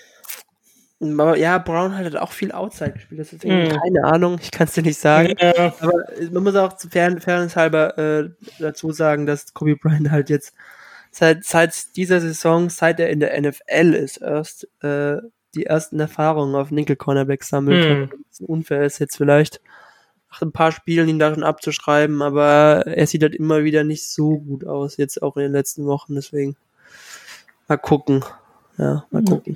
Aber ja, Brown hat halt auch viel Outside gespielt, das ist irgendwie mhm. keine Ahnung, ich kann es dir nicht sagen. Ja. Aber man muss auch zu Fairness halber äh, dazu sagen, dass Kobe Bryant halt jetzt Seit, seit dieser Saison, seit er in der N F L ist, erst äh, die ersten Erfahrungen auf Nickel-Cornerback sammelt. Hm. Unfair ist jetzt vielleicht nach ein paar Spielen ihn da schon abzuschreiben, aber er sieht halt immer wieder nicht so gut aus, jetzt auch in den letzten Wochen, deswegen mal gucken. Ja, mal gucken.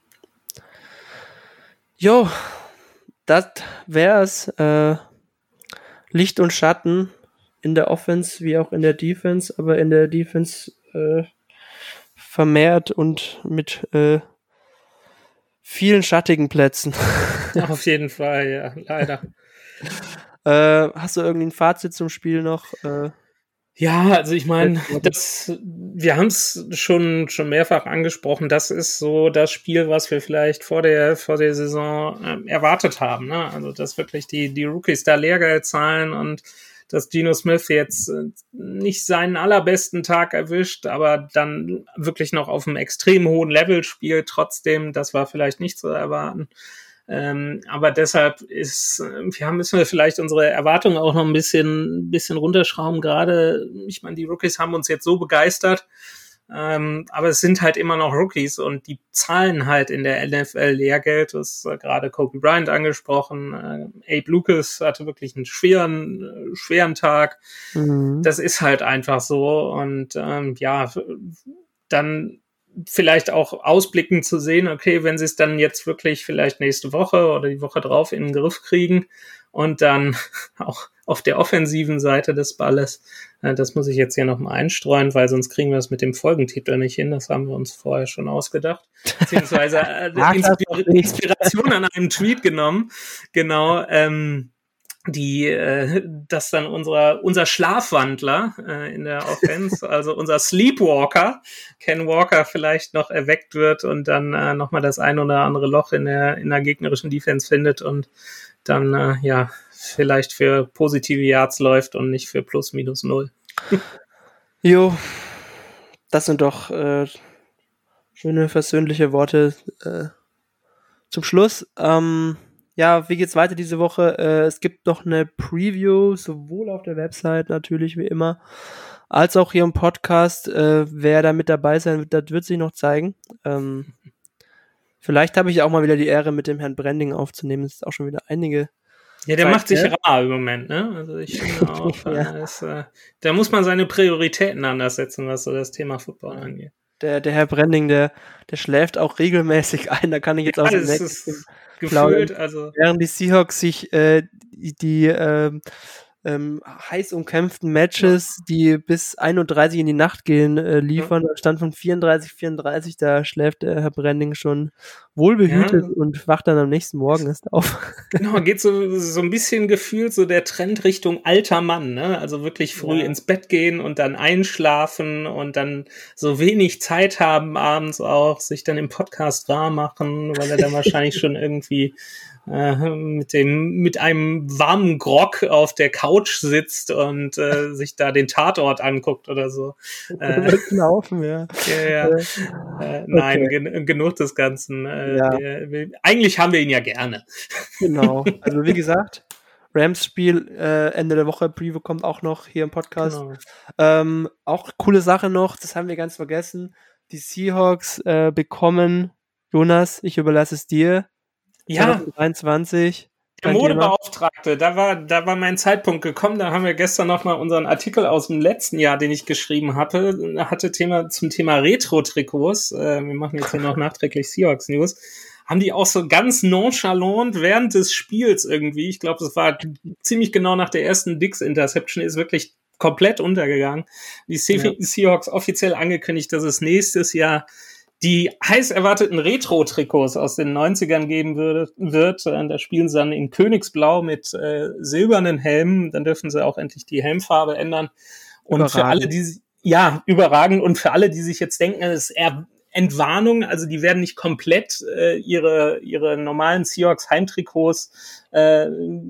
Jo, das wär's. Äh, Licht und Schatten in der Offense wie auch in der Defense, aber in der Defense Äh, vermehrt und mit äh, vielen schattigen Plätzen. Auf jeden Fall, ja, leider. äh, hast du irgendwie ein Fazit zum Spiel noch? Äh, Ja, also ich meine, das, wir haben es schon schon mehrfach angesprochen. Das ist so das Spiel, was wir vielleicht vor der vor der Saison äh, erwartet haben. Ne? Also dass wirklich die die Rookies da Lehrgeld zahlen und dass Geno Smith jetzt äh, nicht seinen allerbesten Tag erwischt, aber dann wirklich noch auf einem extrem hohen Level spielt. Trotzdem, das war vielleicht nicht zu erwarten. Ähm, aber deshalb ist, wir haben, müssen wir vielleicht unsere Erwartungen auch noch ein bisschen, bisschen runterschrauben. Gerade, ich meine, die Rookies haben uns jetzt so begeistert, ähm, aber es sind halt immer noch Rookies und die zahlen halt in der N F L Lehrgeld. Das ist äh, gerade Kobe Bryant angesprochen. Äh, Abe Lucas hatte wirklich einen schweren, äh, schweren Tag. Mhm. Das ist halt einfach so und ähm, ja, dann vielleicht auch ausblickend zu sehen, okay, wenn sie es dann jetzt wirklich vielleicht nächste Woche oder die Woche drauf in den Griff kriegen und dann auch auf der offensiven Seite des Balles, äh, das muss ich jetzt hier nochmal einstreuen, weil sonst kriegen wir es mit dem Folgentitel nicht hin, das haben wir uns vorher schon ausgedacht, beziehungsweise äh, Inspir- Inspiration an einem Tweet genommen, genau, ähm, die äh, dass dann unser unser Schlafwandler äh, in der Offense, also unser Sleepwalker, Ken Walker, vielleicht noch erweckt wird und dann äh, nochmal das ein oder andere Loch in der in der gegnerischen Defense findet und dann äh, ja vielleicht für positive Yards läuft und nicht für plus minus null. Jo, das sind doch äh, schöne versöhnliche Worte äh, zum Schluss. Ähm, Ja, wie geht's weiter diese Woche? Äh, es gibt noch eine Preview, sowohl auf der Website natürlich wie immer, als auch hier im Podcast. Äh, wer da mit dabei sein wird, das wird sich noch zeigen. Ähm, vielleicht habe ich auch mal wieder die Ehre, mit dem Herrn Brending aufzunehmen. Das ist auch schon wieder einige. Ja, der Zeit, macht sich ne? rar im Moment, ne? Also ich finde auch, ja. äh, ist, äh, da muss man seine Prioritäten anders setzen, was so das Thema Football ja. angeht. Der, der Herr Brending, der, der schläft auch regelmäßig ein. Da kann ich jetzt ja, aus dem Nächsten gefühlt, also während die Seahawks sich äh, die, die ähm, ähm, heiß umkämpften Matches, ja. die bis einunddreißig in die Nacht gehen, äh, liefern. Ja. Stand von vierunddreißig vierunddreißig, da schläft der Herr Brending schon wohlbehütet ja. und wacht dann am nächsten Morgen erst auf. Genau, geht so, so ein bisschen gefühlt so der Trend Richtung alter Mann, ne? Also wirklich früh ja. ins Bett gehen und dann einschlafen und dann so wenig Zeit haben abends auch, sich dann im Podcast wahr machen, weil er dann wahrscheinlich schon irgendwie äh, mit dem mit einem warmen Grog auf der Couch sitzt und äh, sich da den Tatort anguckt oder so. Äh, Knaufen, ja. ja, ja. Äh, okay. Nein, gen- genug des Ganzen. Äh, ja. wir, wir, eigentlich haben wir ihn ja gerne. Genau. Also wie gesagt, Rams-Spiel äh, Ende der Woche, Preview kommt auch noch hier im Podcast. Genau. Ähm, auch coole Sache noch, das haben wir ganz vergessen. Die Seahawks äh, bekommen, Jonas, ich überlasse es dir. Ja. zwanzig dreiundzwanzig. Der Modebeauftragte, da war, da war mein Zeitpunkt gekommen. Da haben wir gestern noch mal unseren Artikel aus dem letzten Jahr, den ich geschrieben hatte, hatte Thema zum Thema Retro-Trikots. Äh, wir machen jetzt hier noch nachträglich Seahawks-News. Haben die auch so ganz nonchalant während des Spiels irgendwie, ich glaube, das war ziemlich genau nach der ersten Diggs-Interception, ist wirklich komplett untergegangen. Die Se- ja. Seahawks offiziell angekündigt, dass es nächstes Jahr die heiß erwarteten Retro-Trikots aus den neunzigern geben würde, wird. Da spielen sie dann in Königsblau mit äh, silbernen Helmen. Dann dürfen sie auch endlich die Helmfarbe ändern. Und überragend. Für alle, die, ja, überragend. Und für alle, die sich jetzt denken, es ist eher Entwarnung, also die werden nicht komplett äh, ihre ihre normalen Seahawks Heimtrikots äh,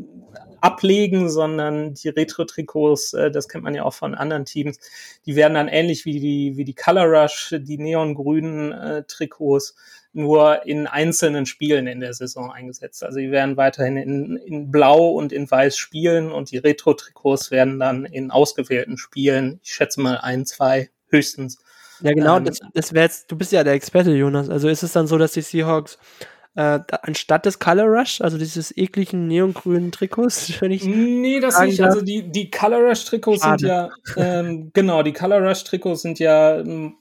ablegen, sondern die Retro-Trikots, äh, das kennt man ja auch von anderen Teams, die werden dann ähnlich wie die wie die Color Rush, die neongrünen äh, Trikots, nur in einzelnen Spielen in der Saison eingesetzt. Also die werden weiterhin in, in Blau und in Weiß spielen und die Retro-Trikots werden dann in ausgewählten Spielen, ich schätze mal ein, zwei höchstens. Ja, genau, ähm, das, das wäre jetzt, du bist ja der Experte, Jonas. Also ist es dann so, dass die Seahawks äh, anstatt des Color Rush, also dieses ekligen neongrünen Trikots, wenn ich Nee, das nicht. Darf. Also die, die Color Rush Trikots Schade. sind ja, ähm, genau, die Color Rush Trikots sind ja, ähm,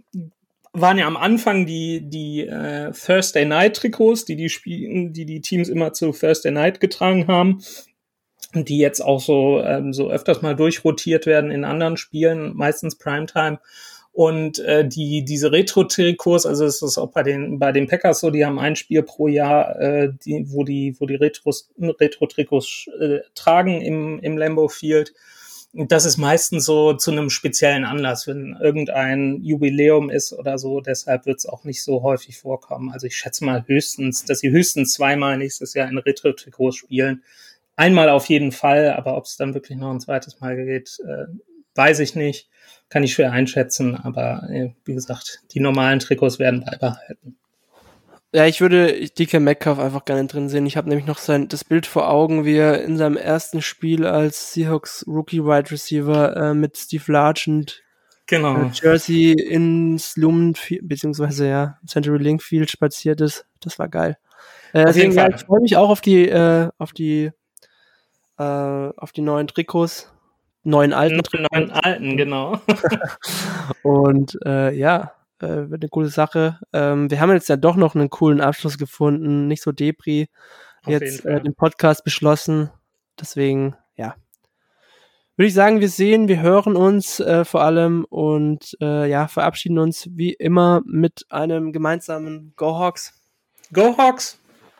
waren ja am Anfang die, die äh, Thursday Night Trikots, die die Spielen, die die Teams immer zu Thursday Night getragen haben. Und die jetzt auch so, ähm, so öfters mal durchrotiert werden in anderen Spielen, meistens Primetime. Und äh, die diese Retro-Trikots, also es ist auch bei den bei den Packers so, die haben ein Spiel pro Jahr, äh, die wo die wo die Retros, Retro-Trikots äh, tragen im im Lambeau Field. Das ist meistens so zu einem speziellen Anlass, wenn irgendein Jubiläum ist oder so. Deshalb wird es auch nicht so häufig vorkommen. Also ich schätze mal höchstens, dass sie höchstens zweimal nächstes Jahr in Retro-Trikots spielen. Einmal auf jeden Fall, aber ob es dann wirklich noch ein zweites Mal geht, äh, weiß ich nicht. Kann ich schwer einschätzen, aber äh, wie gesagt, die normalen Trikots werden beibehalten. Ja, ich würde D K Metcalf einfach gerne drin sehen. Ich habe nämlich noch sein das Bild vor Augen, wie er in seinem ersten Spiel als Seahawks Rookie Wide Receiver äh, mit Steve Largent genau. äh, Jersey ins Lumen beziehungsweise ja Century Link Field spaziert ist. Das war geil. Äh, deswegen, ja, ich freue mich auch auf die äh, auf die äh, auf die neuen Trikots, neuen alten Trikots. Neuen alten, genau. Und äh, ja. Äh, wird eine coole Sache. Ähm, wir haben jetzt ja doch noch einen coolen Abschluss gefunden, nicht so Depri. Jetzt äh, den Podcast beschlossen. Deswegen, ja. Würde ich sagen, wir sehen, wir hören uns äh, vor allem und äh, ja, verabschieden uns wie immer mit einem gemeinsamen Go Hawks. Go Hawks!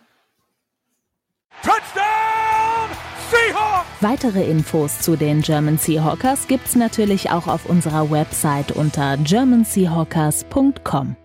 Touchdown Seahawks! Weitere Infos zu den German Seahawkers gibt's natürlich auch auf unserer Website unter german seahawkers punkt com.